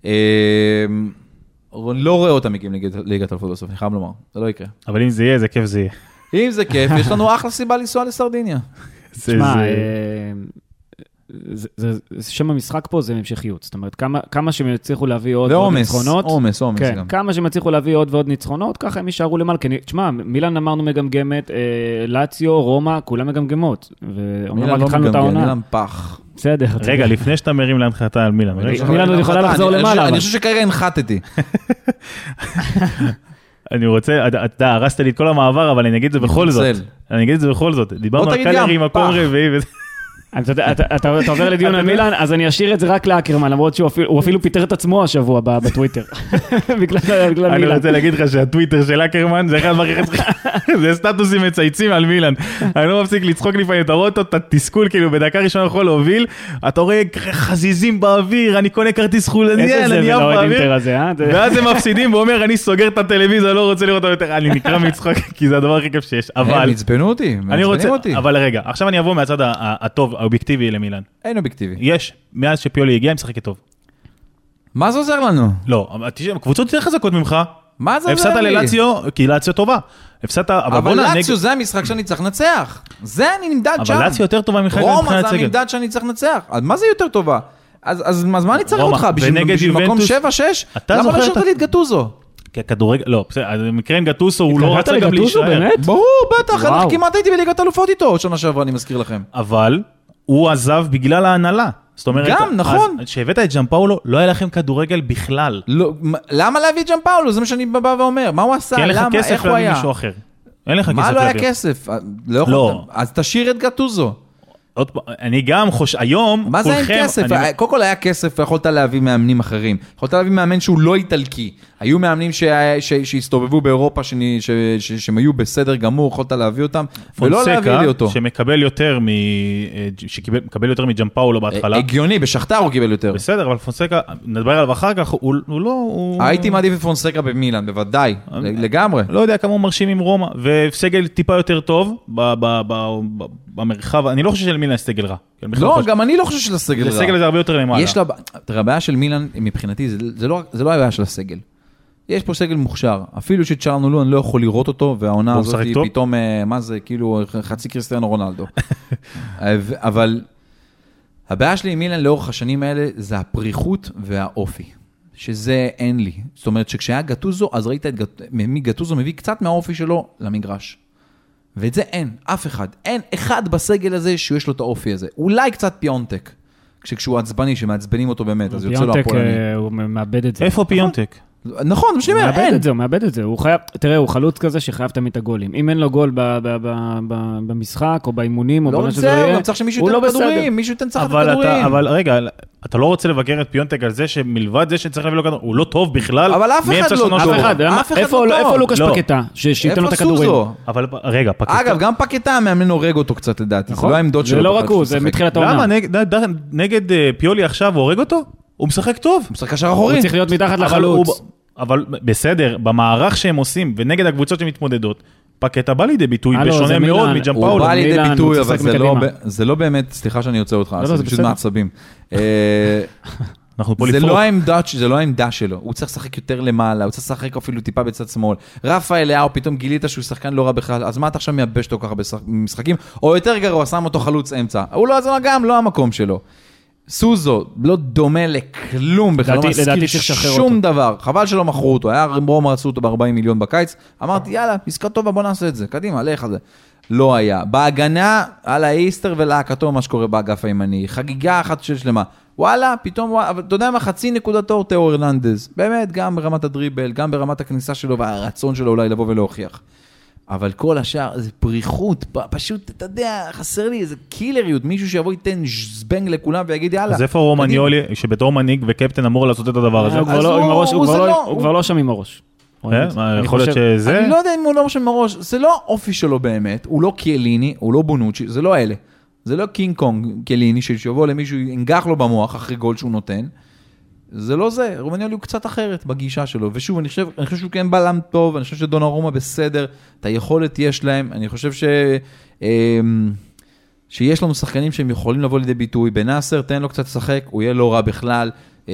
[SPEAKER 3] לא רואה אותם מגיעים ליגת אלופות בסוף, אני חייב לומר, זה לא יקרה.
[SPEAKER 1] אבל אם זה יהיה, זה כיף זה יהיה.
[SPEAKER 3] אם זה כיף, יש לנו אחלה סיבה לנסוע לסרדיניה.
[SPEAKER 2] תשמע, שם המשחק פה זה המשכיות, זאת אומרת, כמה שהם יצליחו להביא עוד ועוד ניצחונות,
[SPEAKER 3] אומס, אומס גם.
[SPEAKER 2] כמה שהם יצליחו להביא עוד ועוד ניצחונות, ככה הם יישארו למעלה, תשמע, מילאן אמרנו מגמגמת, לאציו, רומא, כולם מגמגמות, ואומנם רק התחלנו את העונה.
[SPEAKER 3] מילאן פח.
[SPEAKER 2] בסדר.
[SPEAKER 1] רגע, לפני שאתה מרים להנחתה על מילאן.
[SPEAKER 2] מילאן עוד יכולה לחזור למעלה.
[SPEAKER 3] אני חושב שכרגע הנחתתי.
[SPEAKER 1] אני רוצה, אתה הרסת לי את כל המעבר, אבל אני אגיד את זה בכל זאת. אני אגיד את זה בכל זאת. דיברנו על קליירי עם מקום רביעי וזה.
[SPEAKER 2] אתה עובר לדיון על מילאן, אז אני אשאיר את זה רק לאקרמן, למרות שהוא אפילו פיטר את עצמו השבוע בטוויטר. בגלל מילאן.
[SPEAKER 1] אני רוצה להגיד לך שהטוויטר של אקרמן, זה אחד מהכי חצי, זה סטטוסים מצייצים על מילאן. אני לא מפסיק לצחוק לפעמים, אתה רואה אותו, אתה תסכול, כאילו בדקה ראשונה יכול להוביל, אתה רואה חזיזים באוויר, אני קונה כרטיס חול, אני אף באוויר, ואז הם מפסידים, ואומר, אני סוגר את הטלוויזיה, לא רוצה לראות יותר, אני נקרא מצחוק, כי זה הדבר הכי כיף שיש. אבל
[SPEAKER 3] מצפנו אותי, מצפנים אותי.
[SPEAKER 1] אבל רגע, עכשיו אני אבוא מהצד הטוב, האובייקטיבי למילאן.
[SPEAKER 3] אין אובייקטיבי.
[SPEAKER 1] יש, מאז שפיולי הגיע, הם משחקת טוב.
[SPEAKER 3] מה זה עוזר לנו?
[SPEAKER 1] לא, תשמע, קבוצות יותר חזקות ממך.
[SPEAKER 3] מה זה עוזר לי?
[SPEAKER 1] הפסדת ללאציו, כי לאציו טובה. הפסדת,
[SPEAKER 3] אבל לאציו זה המשחק שאני צריך לנצח. זה אני נמדד שם.
[SPEAKER 1] אבל לאציו יותר טובה ממך.
[SPEAKER 3] רומא זה הנמדד שאני צריך לנצח. מה זה יותר טובה? אז מה אני צריך אותך? בשביל מקום שבע שש? למה לא שרת לי את גטוזו?
[SPEAKER 1] כדורגל, לא, במקרה עם גטוסו הוא לא רצה גם להישאר.
[SPEAKER 3] ברור, בטח, אני כמעט הייתי בליגת אלופות איתו, שנה שעברה, אני מזכיר לכם.
[SPEAKER 1] אבל הוא עזב בגלל ההנהלה. זאת אומרת,
[SPEAKER 3] גם, נכון.
[SPEAKER 1] שהבאת את ג'אמפאולו, לא היה לכם כדורגל בכלל.
[SPEAKER 3] למה להביא את ג'אמפאולו? זה מה שאני בא ואומר. מה הוא עשה?
[SPEAKER 1] כי אין לך
[SPEAKER 3] למה?
[SPEAKER 1] כסף
[SPEAKER 3] איך הוא היה?
[SPEAKER 1] מישהו אחר. אין לך כסף
[SPEAKER 3] מה לא היה כסף? לא. אז תשאיר את גטוזו.
[SPEAKER 1] אני גם חושב, היום,
[SPEAKER 3] מה זה אין כסף? קודם כל היה כסף, ויכולת להביא מאמנים אחרים. יכולת להביא מאמן שהוא לא איטלקי. היו מאמנים שהסתובבו באירופה, שהם היו בסדר גמור, יכולת להביא אותם, ולא להביא לי אותו.
[SPEAKER 1] שמקבל יותר שמקבל יותר מג'אמפאולו בהתחלה.
[SPEAKER 3] הגיוני, בשכתר הוא קיבל יותר.
[SPEAKER 1] בסדר, אבל פונסקה, נדבר עליו אחר כך, הוא לא...
[SPEAKER 3] הייתי מעדיף את פונסקה במילאן, בוודאי, לגמרי.
[SPEAKER 1] לא יודע כמה הוא מרשים עם רומא, וסגל טיפה יותר טוב במרחב, אני לא חושב שלמילאן יש סגל רע.
[SPEAKER 3] לא, גם אני לא חושב של הסגל רע.
[SPEAKER 1] הסגל הזה הרבה יותר למעלה.
[SPEAKER 3] יש לה, הבעיה של מילאן, מבחינתי, זה לא הבעיה של הסגל. יש פה סגל מוכשר. אפילו שצ'אלנולו, אני לא יכול לראות אותו, והעונה הזאת היא פתאום, מה זה, כאילו, חצי קריסטיאנו רונלדו. אבל הבעיה שלי עם מילאן לאורך השנים האלה, זה הפריחות והאופי. שזה אין לי. זאת אומרת שכשהיה גטוזו, אז ראית את גטוזו מביא קצת מהאופי שלו למגרש. ואת זה אין, אף אחד. אין אחד בסגל הזה שיש לו את האופי הזה. אולי קצת פיונטק. כשהוא עצבני, שמעצבנים אותו באמת, אז יוצא לו הפולני.
[SPEAKER 2] פיונטק, הוא מאבד את זה.
[SPEAKER 1] איפה פיונטק?
[SPEAKER 3] נכון, זה שאומר, אין.
[SPEAKER 2] הוא מאבד את זה, הוא מאבד את זה. הוא חייב, תראה, הוא חלוץ כזה שחייב תמיד את הגולים. אם אין לו גול במשחק, או באימונים, או במה שזה יהיה,
[SPEAKER 3] הוא צריך שמישהו ייתן כדורים, מישהו ייתן צחת כדורים.
[SPEAKER 1] אבל רגע, אתה לא רוצה לבקר את פיונטק על זה שמלבד זה שצריך להביא לו כדורים, הוא לא טוב בכלל.
[SPEAKER 3] אבל אף אחד לא טוב.
[SPEAKER 2] אף אחד לא טוב. איפה לוקאס פקטה, שייתן לו את הכדורים?
[SPEAKER 1] אבל רגע, פקטה.
[SPEAKER 3] אגב, גם פקטה המאמן הורג אותו קצת לדעתי. זה לא העמדות שלו.
[SPEAKER 2] זה לא רק הוא, זה מתחילת העונה.
[SPEAKER 1] למה? נגד פיולי עכשיו הוא הורג אותו? הוא משחק טוב.
[SPEAKER 3] הוא משחק קשר אחורי.
[SPEAKER 2] הוא צריך להיות מתחת לחלוץ.
[SPEAKER 1] אבל בסדר, במערך שהם עושים, ונגד הקבוצות שמתמודדות, פקטה בא לידי ביטוי, בשונה מאוד מג'אמפאולו.
[SPEAKER 3] הוא בא לידי ביטוי, אבל זה לא באמת, סליחה שאני יוצא אותך, זה פשוט מעצבים. זה לא העמדה שלו, הוא צריך לשחק יותר למעלה, הוא צריך לשחק אפילו טיפה בצד שמאל. רפאל לאו, פתאום גילית שהוא שחקן לא רע בכלל, אז מה אתה עכשיו מייבש אותו ככה במשחקים? או יותר גרוע, שם אותו חלוץ אמצע. הוא לא, זה גם לא המקום שלו. סוזו לא דומה לכלום, בכלל לא מזכיר שום דבר. חבל שלא מכרו אותו, היה רום רצו אותו ב-ארבעים מיליון בקיץ. אמרתי, יאללה, עסקה טובה, בוא נעשה את זה. קדימה, לך על זה. לא היה. בהגנה, על האיסטר ולהקתו, מה שקורה באגף הימני. חגיגה אחת של שלמה. וואלה, פתאום, אבל אתה יודע מה, חצי נקודת אור, תאו הרננדז. באמת, גם ברמת הדריבל, גם ברמת הכניסה שלו, והרצון שלו אולי לבוא ולהוכיח. אבל כל השאר, זה פריחות, פשוט, אתה יודע, חסר לי איזה קילריות, מישהו שיבוא ייתן זבנג לכולם ויגיד, יאללה.
[SPEAKER 1] אז איפה רומניולי, שבתור מנהיג וקפטן אמור לעשות את הדבר הזה?
[SPEAKER 2] הוא כבר לא שם עם הראש.
[SPEAKER 1] יכול להיות שזה?
[SPEAKER 3] אני לא יודע אם הוא לא שם עם הראש, זה לא אופי שלו באמת, הוא לא קיאליני, הוא לא בונוצ'י, זה לא אלה. זה לא קינג קונג קיאליני, שיבוא למישהו, ינגח לו במוח אחרי גול שהוא נותן. זה לא זה, רומניולי הוא קצת אחרת בגישה שלו, ושוב, אני חושב, אני חושב שהוא כן בלם טוב, אני חושב שדונרומה בסדר, את היכולת יש להם, אני חושב ש, שיש לנו שחקנים שהם יכולים לבוא לידי ביטוי, בנאסר, תן לו קצת לשחק, הוא יהיה לא רע בכלל, אתה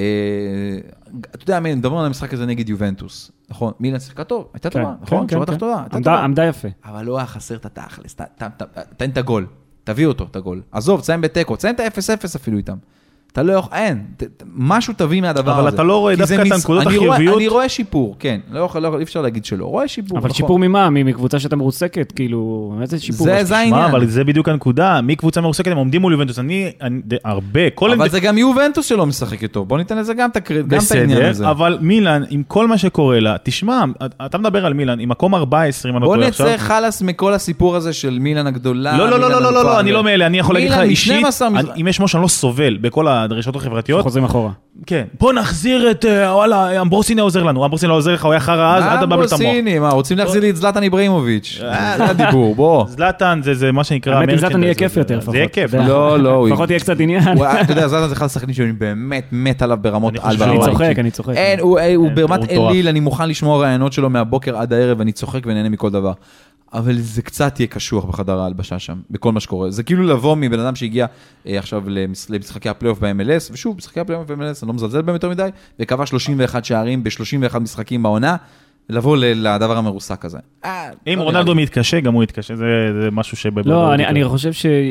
[SPEAKER 3] יודע, מדברים על המשחק הזה נגד יובנטוס, נכון? מילאן שיחקה טוב, הייתה טובה, נכון? שורה תחתונה,
[SPEAKER 2] עמדה יפה.
[SPEAKER 3] אבל לא היה חסר את התכלס, תן את הגול, תביא אותו, את הגול. עזוב, תסיים בטקו, תסיים את ה-אפס אפס אפילו איתם. אתה לא יכול, אין, משהו תביא מהדבר הזה.
[SPEAKER 1] אבל אתה לא רואה דווקא את הנקודות החיוביות.
[SPEAKER 3] אני רואה שיפור, כן, אי אפשר להגיד שלא, רואה שיפור.
[SPEAKER 2] אבל שיפור ממה? מקבוצה שאתה מרוסקת, כאילו, איזה שיפור?
[SPEAKER 3] זה העניין.
[SPEAKER 1] אבל זה בדיוק הנקודה, מקבוצה מרוסקת, הם עומדים מול יובנטוס, אני הרבה,
[SPEAKER 3] אבל זה גם יובנטוס שלא משחק איתו, בוא ניתן לזה גם את העניין הזה.
[SPEAKER 1] בסדר, אבל מילאן, עם כל מה שקורה לה, תשמע, אתה מדבר על מילאן, עם מקום ארבע עשרה,
[SPEAKER 3] בוא נצא חלס מכל הסיפור הזה של מילאן הגדולה.
[SPEAKER 1] לא, לא, לא, לא, לא, אני לא מאלה, אני יכול להגיד לך אישית, אם יש משהו שאני לא סובל בכל הרשתות החברתיות,
[SPEAKER 2] חוזרים אחורה.
[SPEAKER 1] כן. בוא נחזיר את, וואלה, אמברסיני עוזר לנו, אמברסיני לא עוזר לך, הוא היה חרא אז, אל תבלבל את המוח.
[SPEAKER 3] אמברסיני, מה, רוצים להחזיר לי את זלטן איברהימוביץ'. זה הדיבור, בוא.
[SPEAKER 1] זלטן זה מה שנקרא...
[SPEAKER 2] האמת עם זלטן יהיה כיף יותר, לפחות.
[SPEAKER 1] זה יהיה כיף.
[SPEAKER 3] לא, לא.
[SPEAKER 2] לפחות יהיה קצת עניין.
[SPEAKER 3] אתה יודע, זלטן זה אחד השחקנים שאני באמת מת עליו ברמות על
[SPEAKER 2] אני צוחק, אני צוחק.
[SPEAKER 3] אין, הוא ברמת אליל, אני מוכן לשמוע רעיונות שלו מהבוקר עד הערב, ואני צוחק ונהנה מכל דבר. אבל זה קצת יהיה קשוח בחדר ההלבשה שם, בכל מה שקורה. זה כאילו לבוא מבן אדם שהגיע אה, עכשיו למשחקי הפלייאוף ב-אם אל אס, ושוב, משחקי הפלייאוף ב-אם אל אס, אני לא מזלזל בהם יותר מדי, וקבע שלושים ואחד שערים ב-שלושים ואחד משחקים בעונה, לבוא לדבר המרוסק הזה.
[SPEAKER 1] אם רונלדו מתקשה, גם הוא יתקשה, זה משהו שבא...
[SPEAKER 2] לא, אני חושב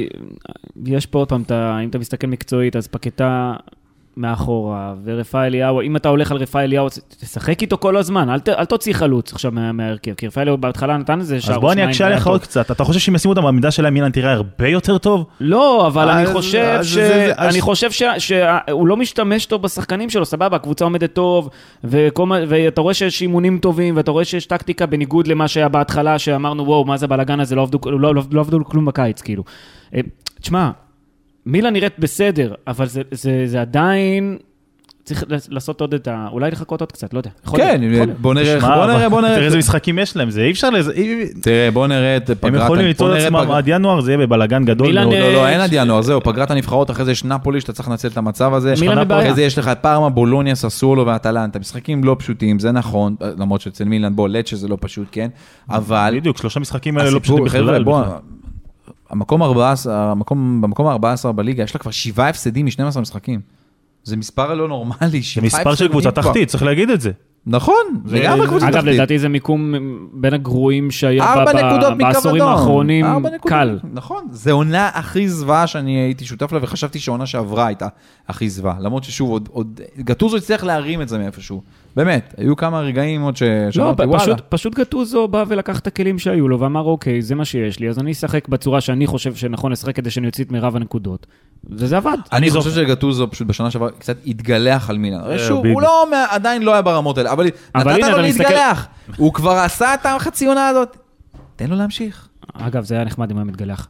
[SPEAKER 2] שיש פה עוד פעם, אם אתה מסתכל מקצועית, אז פקטה מאחורה, ורפאי אליהו, אם אתה הולך על רפאי אליהו, תשחק איתו כל הזמן, אל, אל תוציא חלוץ עכשיו מהרכב, כי רפאי אליהו בהתחלה נתן איזה שער.
[SPEAKER 1] אז בוא אני אקשה לך עוד קצת, אתה חושב שאם ישימו אותם בעמידה שלהם, מילאן תראה הרבה יותר טוב?
[SPEAKER 2] לא, אבל אני חושב ש... אני חושב שהוא לא משתמש טוב בשחקנים שלו, סבבה, הקבוצה עומדת טוב, ואתה רואה שיש אימונים טובים, ואתה רואה שיש טקטיקה בניגוד למה שהיה בהתחלה, שאמרנו, וואו, מה זה בלגן הזה, לא עבדו כלום בקיץ, כאילו. תשמע, מילאן נראית בסדר, אבל זה, זה, זה עדיין צריך לעשות עוד את ה... אולי לחכות עוד קצת, לא יודע.
[SPEAKER 3] כן, בוא נראה, בוא נראה, בוא נראה.
[SPEAKER 1] תראה איזה משחקים יש להם, זה אי אפשר לזה...
[SPEAKER 3] תראה, בוא נראה את פגרת...
[SPEAKER 1] הם יכולים ליצור את עצמם עד ינואר, זה יהיה בבלגן גדול.
[SPEAKER 3] לא, לא, אין עד ינואר, זהו, פגרת הנבחרות, אחרי זה יש נפולי, שאתה צריך לנצל את המצב הזה. אחרי זה יש לך את פארמה, בולוניה, ססולו ואטלנטה. משחקים לא פשוטים, זה נכון, למרות שאצל מילאן, בוא, לצ'ה זה לא פשוט, כן? אבל...
[SPEAKER 1] בדיוק, שלושה משחקים האלה לא פשוטים בכלל.
[SPEAKER 3] המקום ארבע עשרה, המקום, במקום ארבע עשרה בליגה, יש לה כבר שבעה הפסדים מ-שנים עשר משחקים. זה מספר לא נורמלי.
[SPEAKER 1] זה מספר של קבוצה תחתית, צריך להגיד את זה.
[SPEAKER 3] נכון, לגמרי קבוצה תחתית.
[SPEAKER 2] אגב, לדעתי זה מיקום בין הגרועים שהיה
[SPEAKER 3] ארבע נקודות מקו
[SPEAKER 2] בעשורים
[SPEAKER 3] אדום.
[SPEAKER 2] האחרונים,
[SPEAKER 3] ארבע נקודות.
[SPEAKER 2] קל.
[SPEAKER 3] נכון, זה עונה הכי זוועה שאני הייתי שותף לה, וחשבתי שהעונה שעברה הייתה הכי זוועה. למרות ששוב, עוד, עוד, גטוזו הצליח להרים את זה מאיפשהו. באמת, היו כמה רגעים עוד ששמעתי,
[SPEAKER 2] לא,
[SPEAKER 3] וואלה.
[SPEAKER 2] פשוט, פשוט גטוזו בא ולקח את הכלים שהיו לו, ואמר, אוקיי, זה מה שיש לי, אז אני אשחק בצורה שאני חושב שנכון לשחק כדי שאני אוציא את מירב הנקודות. וזה עבד.
[SPEAKER 3] אני חושב שגטוזו פשוט בשנה שעברה קצת התגלח על מילאן. שוב, הוא לא, עדיין לא היה ברמות האלה, אבל נתת לו להתגלח. הוא כבר עשה את החצי עונה הזאת. תן לו להמשיך.
[SPEAKER 2] אגב, זה היה נחמד אם היה מתגלח.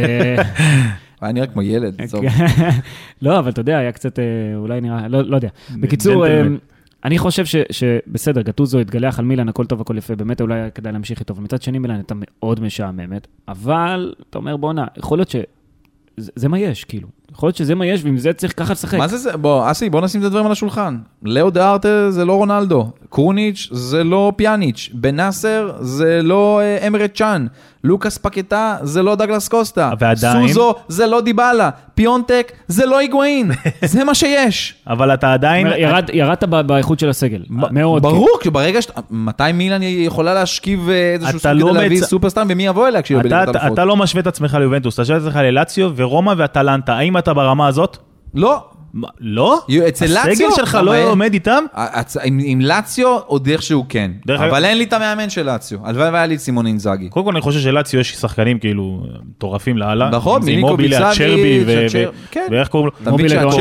[SPEAKER 3] היה נראה כמו ילד.
[SPEAKER 2] לא, אבל אתה יודע, היה קצת, אולי נראה, לא יודע. בקיצור, אני חושב שבסדר, גטוזו התגלח על מילאן, הכל טוב, הכל יפה, באמת אולי היה כדאי להמשיך איתו, ומצד שני מילאן הייתה מאוד משעממת, אבל אתה אומר, בוא נע, יכול להיות שזה מה יש, כאילו. יכול להיות שזה מה יש, ועם זה צריך ככה לשחק.
[SPEAKER 3] מה זה זה? בוא, אסי, בוא נשים את הדברים על השולחן. לאו דארטה זה לא רונלדו. קרוניץ' זה לא פיאניץ'. בנאסר זה לא אמרת צ'אן. לוקאס פקטה זה לא דגלס קוסטה.
[SPEAKER 1] ועדיין...
[SPEAKER 3] סוזו זה לא דיבאלה. פיונטק זה לא היגואין. זה מה שיש.
[SPEAKER 1] אבל אתה עדיין...
[SPEAKER 2] ירד, ירדת באיכות של הסגל. מאוד.
[SPEAKER 3] ברור, ברגע ש... מתי מילאן יכולה להשכיב איזשהו סוג כדי להביא סופרסטאר, ומי יבוא אליה כשיהיה בליגת האלופות?
[SPEAKER 1] אתה לא משווה את עצמך ליובנטוס, אתה משווה את עצמך ללאציו ורומא ואטלנטה. האם אתה ברמה הזאת?
[SPEAKER 3] לא.
[SPEAKER 1] לא?
[SPEAKER 3] אצל לאציו?
[SPEAKER 1] הסגל שלך לא עומד איתם?
[SPEAKER 3] עם לאציו עוד איכשהו כן. אבל אין לי את המאמן של לאציו. הלוואי והיה לי את סימון אינזאגי.
[SPEAKER 1] קודם כל אני חושב שלאציו יש שחקנים כאילו מטורפים לאללה.
[SPEAKER 3] נכון,
[SPEAKER 1] מיניקוביץ' צ'רבי ואיך קוראים לו?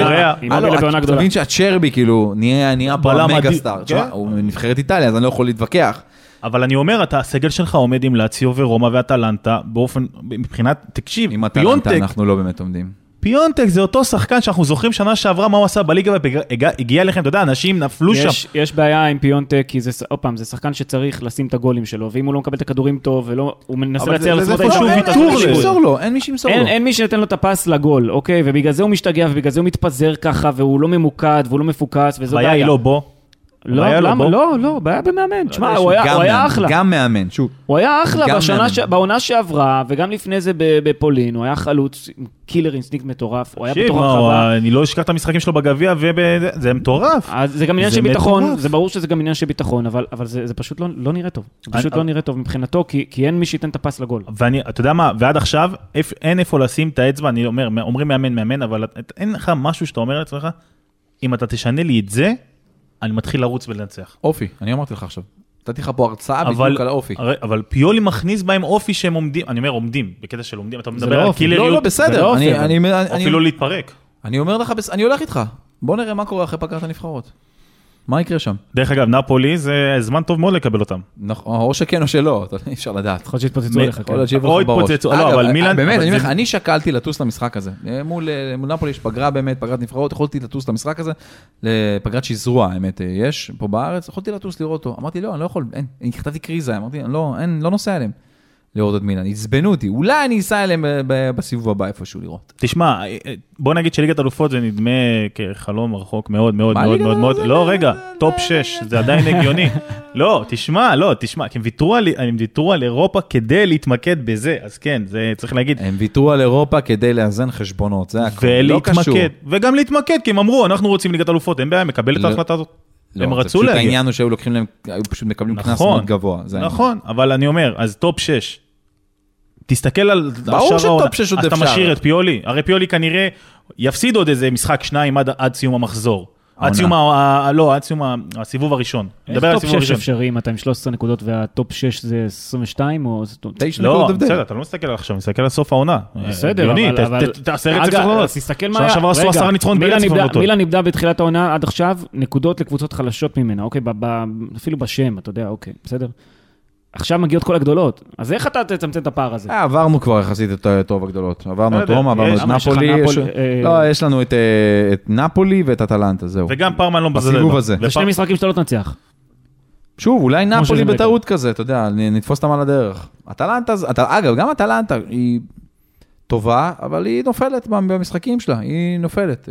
[SPEAKER 3] אתה מבין שהצ'רבי כאילו נהיה פה המגה-סטאר. הוא נבחרת איטליה אז אני לא יכול להתווכח.
[SPEAKER 1] אבל אני אומר, אתה, הסגל שלך עומד עם לאציו ורומא ואטלנטה, באופן, מבחינת, תקשיב,
[SPEAKER 3] עם אטלנטה אנחנו לא באמת עומדים.
[SPEAKER 1] פיונטק זה אותו שחקן שאנחנו זוכרים שנה שעברה מה הוא עשה בליגה, והגיע אליכם, אתה יודע, אנשים נפלו
[SPEAKER 2] יש,
[SPEAKER 1] שם.
[SPEAKER 2] יש בעיה עם פיונטק, כי זה, אופם, זה שחקן שצריך לשים את הגולים שלו, ואם הוא לא מקבל את הכדורים טוב, ולא, הוא מנסה להציע לעצמו את
[SPEAKER 3] האישור ויתור לו. אין מי שימסור לו.
[SPEAKER 2] אין מי שנתן לו את הפס לגול, אוקיי? ובגלל זה הוא משתגע, ובגלל זה הוא מתפזר ככה, והוא לא ממוקד, והוא לא מפוקס, וזו בעיה.
[SPEAKER 1] היא לא בו.
[SPEAKER 2] לא, למה? לא, לא, בעיה במאמן. תשמע, הוא היה אחלה.
[SPEAKER 3] גם מאמן, שוב.
[SPEAKER 2] הוא היה אחלה בעונה שעברה, וגם לפני זה בפולין, הוא היה חלוץ, קילר אינסטינקט מטורף, הוא היה בתוך הרחבה.
[SPEAKER 1] אני לא אשכח את המשחקים שלו בגביע, וזה מטורף.
[SPEAKER 2] זה גם עניין של ביטחון, זה ברור שזה גם עניין של ביטחון, אבל זה פשוט לא נראה טוב. זה פשוט לא נראה טוב מבחינתו, כי אין מי שייתן את הפס לגול.
[SPEAKER 1] ואני, אתה יודע מה, ועד עכשיו, אין איפה לשים את האצבע, אני אומר, אומרים מאמן, מאמן, אבל אין לך משהו שאתה אומר לעצמך, אם אתה תשנה לי את זה, אני מתחיל לרוץ ולנצח.
[SPEAKER 3] אופי, אני אמרתי לך עכשיו. נתתי לך פה הרצאה בדיוק על האופי.
[SPEAKER 1] אבל פיולי מכניס בהם אופי שהם עומדים, אני אומר עומדים, בקטע של עומדים, אתה מדבר על קילריות.
[SPEAKER 3] לא, לא, בסדר.
[SPEAKER 1] אופי לא להתפרק.
[SPEAKER 3] אני אומר לך, אני הולך איתך. בוא נראה מה קורה אחרי פגרת הנבחרות. מה יקרה שם?
[SPEAKER 1] דרך אגב, נפולי זה זמן טוב מאוד לקבל אותם.
[SPEAKER 3] או שכן או שלא, אי אפשר לדעת.
[SPEAKER 2] יכול שהתפוצצו עליך.
[SPEAKER 1] או התפוצצו, לא, אבל מילאן...
[SPEAKER 3] באמת, אני שקלתי לטוס למשחק הזה. מול נפולי יש פגרה באמת, פגרת נבחרות, יכולתי לטוס למשחק הזה, לפגרת שזרוע, האמת, יש פה בארץ, יכולתי לטוס לראות אותו. אמרתי, לא, אני לא יכול, אין, נכתתי קריזה, אמרתי, לא, אין, לא נוסע אליהם. לראות את מילאן, הצבנו אותי, אולי אני אסע אליהם בסיבוב הבא איפשהו לראות.
[SPEAKER 1] תשמע, בוא נגיד שליגת אלופות זה נדמה כחלום רחוק מאוד מאוד מאוד מאוד מאוד, לא רגע, טופ שש, זה עדיין הגיוני. לא, תשמע, לא, תשמע, כי הם ויתרו על אירופה כדי להתמקד בזה, אז כן, זה צריך להגיד.
[SPEAKER 3] הם ויתרו על אירופה כדי לאזן חשבונות, זה הכל, לא קשור.
[SPEAKER 1] וגם להתמקד, כי הם אמרו, אנחנו רוצים ליגת אלופות, הם בעיה, מקבל את ההחלטה הזאת. הם רצו להגיע.
[SPEAKER 3] העניין הוא שהיו לוקחים להם, היו פשוט מקבלים קנס מאוד גבוה.
[SPEAKER 1] נכון, אבל אני אומר, אז טופ שש, תסתכל על...
[SPEAKER 3] ברור שטופ שש עוד אפשר.
[SPEAKER 1] אתה משאיר את פיולי, הרי פיולי כנראה יפסיד עוד איזה משחק שניים עד סיום המחזור. עד סיום, לא, עד סיום הסיבוב הראשון.
[SPEAKER 2] איך טופ שש אפשרי, אם אתה עם שלוש עשרה נקודות והטופ שש זה עשרים ושתיים או...
[SPEAKER 1] לא, בסדר, אתה לא מסתכל עכשיו, מסתכל על סוף העונה.
[SPEAKER 2] בסדר, אבל...
[SPEAKER 1] תעשה רצף צריך לראות.
[SPEAKER 2] תסתכל מה היה...
[SPEAKER 1] שעבר עשו עשרה ניצחון ברצף עונתות.
[SPEAKER 2] מילאן נבדה בתחילת העונה עד עכשיו, נקודות לקבוצות חלשות ממנה, אוקיי, אפילו בשם, אתה יודע, אוקיי, בסדר? עכשיו מגיעות כל הגדולות. אז איך אתה תצמצם את הפער הזה?
[SPEAKER 3] עברנו כבר יחסית את טוב הגדולות. עברנו את רומא, עברנו את נפולי. לא, יש לנו את נפולי ואת אטלנטה, זהו.
[SPEAKER 1] וגם פעם לא
[SPEAKER 3] בסיבוב הזה.
[SPEAKER 2] זה שני משחקים שאתה לא תנצח.
[SPEAKER 3] שוב, אולי נפולי בטעות כזה, אתה יודע, נתפוס אותם על הדרך. אטלנטה, אגב, גם אטלנטה היא טובה, אבל היא נופלת במשחקים שלה, היא נופלת.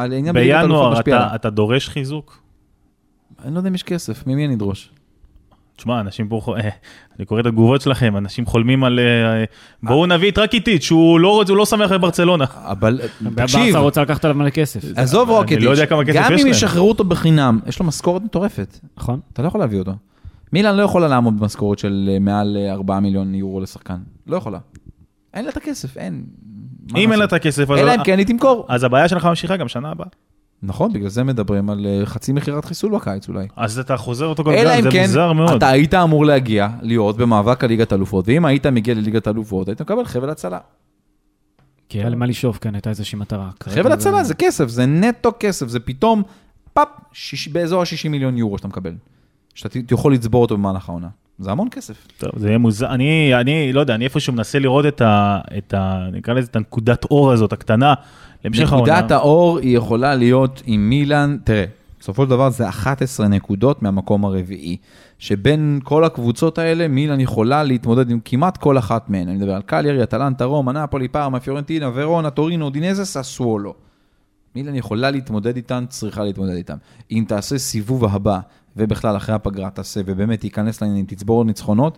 [SPEAKER 1] בינואר אתה דורש חיזוק?
[SPEAKER 3] אני לא יודע אם יש כסף, ממי אני אדרוש?
[SPEAKER 1] תשמע, אנשים פה, אני קורא את התגובות שלכם, אנשים חולמים על, בואו נביא את רקיטיץ', שהוא לא שמח בברצלונה.
[SPEAKER 3] אבל,
[SPEAKER 2] תקשיב. ברצה רוצה לקחת עליו מלא כסף.
[SPEAKER 3] עזוב רקיטיץ', גם אם ישחררו אותו בחינם, יש לו משכורת מטורפת.
[SPEAKER 2] נכון.
[SPEAKER 3] אתה לא יכול להביא אותו. מילאן לא יכולה לעמוד במשכורת של מעל ארבעה מיליון יורו לשחקן. לא יכולה. אין לה את הכסף, אין.
[SPEAKER 1] אם אין לה את הכסף,
[SPEAKER 3] אלא אם כן היא תמכור.
[SPEAKER 1] אז הבעיה שלך ממשיכה גם שנה הבאה.
[SPEAKER 3] נכון, בגלל זה מדברים על חצי מחירת חיסול בקיץ אולי.
[SPEAKER 1] אז אתה חוזר אותו כל גל, זה מוזר מאוד.
[SPEAKER 3] אתה היית אמור להגיע, להיות במאבק הליגת אלופות, ואם היית מגיע לליגת אלופות, היית מקבל חבל הצלה.
[SPEAKER 2] כי היה למה לשאוף כאן, הייתה איזושהי מטרה.
[SPEAKER 3] חבל הצלה זה כסף, זה נטו כסף, זה פתאום, פאפ, באזור ה-שישים מיליון יורו שאתה מקבל. שאתה יכול לצבור אותו במהלך העונה. זה המון כסף.
[SPEAKER 1] טוב, זה יהיה מוזר. אני, אני, לא יודע, אני איפשהו מנסה לראות את ה, את ה, נקרא לזה, את הנקודת אור הזאת, הקטנה, להמשך העונה.
[SPEAKER 3] נקודת האור היא יכולה להיות עם מילאן, תראה, בסופו של דבר זה אחת עשרה נקודות מהמקום הרביעי, שבין כל הקבוצות האלה, מילאן יכולה להתמודד עם כמעט כל אחת מהן. אני מדבר על קליארי, אטלנטה, רומא, נאפולי, פארמה, פיורנטינה, ורונה, טורינו, אודינזה, סאסוולו. מילאן יכולה להתמודד איתן, צריכה להתמודד איתן. אם תעשה סיבוב הבא, ובכלל אחרי הפגרה תעשה, ובאמת ייכנס לעניינים, תצבור ניצחונות,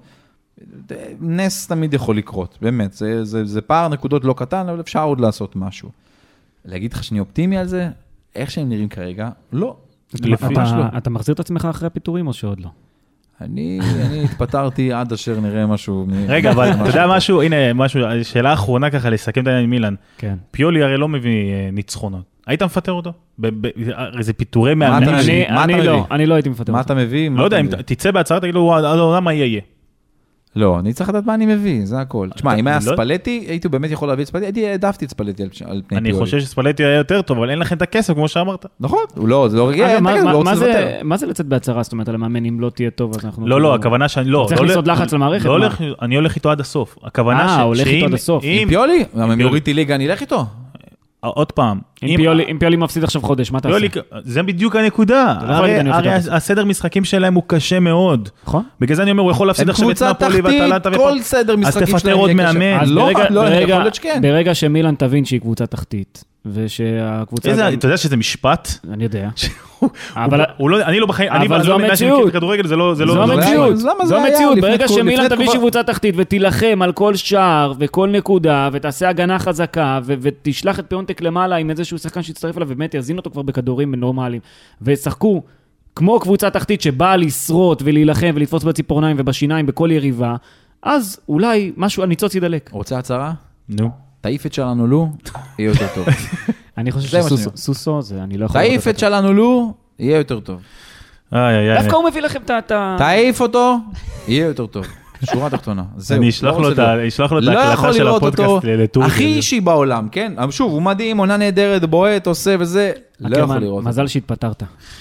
[SPEAKER 3] נס תמיד יכול לקרות, באמת, זה, זה, זה פער נקודות לא קטן, אבל אפשר עוד לעשות משהו. להגיד לך שאני אופטימי על זה, איך שהם נראים כרגע, לא.
[SPEAKER 2] אתה מחזיר את עצמך אחרי הפיטורים או שעוד לא?
[SPEAKER 3] אני, אני התפטרתי עד אשר נראה משהו.
[SPEAKER 1] רגע, אבל אתה יודע משהו, הנה משהו, שאלה האחרונה ככה, לסכם את העניין עם מילאן.
[SPEAKER 2] כן.
[SPEAKER 1] פיולי הרי לא מביא ניצחונות. היית מפטר אותו? זה פיטורי מאמנים.
[SPEAKER 2] אני לא, אני לא הייתי מפטר אותו.
[SPEAKER 3] מה אתה מביא?
[SPEAKER 1] לא יודע, אם תצא בהצהרה, תגיד לו, למה יהיה?
[SPEAKER 3] לא, אני צריך לדעת מה אני מביא, זה הכל. תשמע, אם היה ספלטי, הייתי באמת יכול להביא את ספלטי, הייתי העדפתי את ספלטי על פני פיולי.
[SPEAKER 1] אני חושב שספלטי היה יותר טוב, אבל אין לכם את הכסף, כמו שאמרת.
[SPEAKER 3] נכון, לא, זה לא רגיע,
[SPEAKER 2] מה זה לצאת בהצהרה? זאת אומרת, על המאמן, אם לא תהיה טוב, אז אנחנו...
[SPEAKER 1] לא, לא, הכוונה שאני לא...
[SPEAKER 2] צריך לעשות לחץ למערכת?
[SPEAKER 1] אני הולך איתו עד הסוף. הכוונה
[SPEAKER 2] אה, הולך איתו עד הסוף.
[SPEAKER 3] עם פיולי? אם יוריתי ליגה, אני אלך איתו.
[SPEAKER 1] עוד פעם.
[SPEAKER 2] אם פיולי מפסיד עכשיו חודש, מה תעשה?
[SPEAKER 1] זה בדיוק הנקודה. הרי הסדר משחקים שלהם הוא קשה מאוד.
[SPEAKER 2] נכון.
[SPEAKER 1] בגלל זה אני אומר, הוא יכול להפסיד עכשיו את נאפולי ואטלנטה.
[SPEAKER 3] כל סדר משחקים שלהם
[SPEAKER 1] אז תפטר עוד מאמן.
[SPEAKER 3] לא, לא, יכול להיות שכן.
[SPEAKER 2] ברגע שמילאן תבין שהיא קבוצה תחתית, ושהקבוצה...
[SPEAKER 1] אתה יודע שזה משפט?
[SPEAKER 2] אני יודע.
[SPEAKER 1] אני לא בחיים,
[SPEAKER 2] אבל זו המציאות. זו המציאות. זו המציאות. ברגע שמילאן תביא שקבוצה תחתית ותילחם על כל שער וכל נקודה, ותעשה הגנה חזקה, ותשלח את פיונטק למעלה עם איזשהו שחקן שיצטרף אליו, ובאמת יזין אותו כבר בכדורים נורמליים, ושחקו כמו קבוצה תחתית שבאה לשרוט ולהילחם ולתפוס בציפורניים ובשיניים בכל יריבה, אז אולי משהו, הניצוץ ידלק.
[SPEAKER 3] רוצה הצהרה?
[SPEAKER 1] נו.
[SPEAKER 3] תעיף את שלנו לו, יהיה יותר טוב.
[SPEAKER 2] אני חושב שסוסו זה, אני לא יכול...
[SPEAKER 3] תעיף את שלנו לו, יהיה יותר טוב.
[SPEAKER 2] דווקא הוא מביא לכם את ה...
[SPEAKER 3] תעיף אותו, יהיה יותר טוב. שורה תחתונה.
[SPEAKER 1] אני אשלח לו את ההקלטה של הפודקאסט לטורקיה.
[SPEAKER 3] הכי אישי בעולם, כן? שוב, הוא מדהים, עונה נהדרת, בועט, עושה וזה. לא יכול לראות.
[SPEAKER 2] מזל שהתפטרת.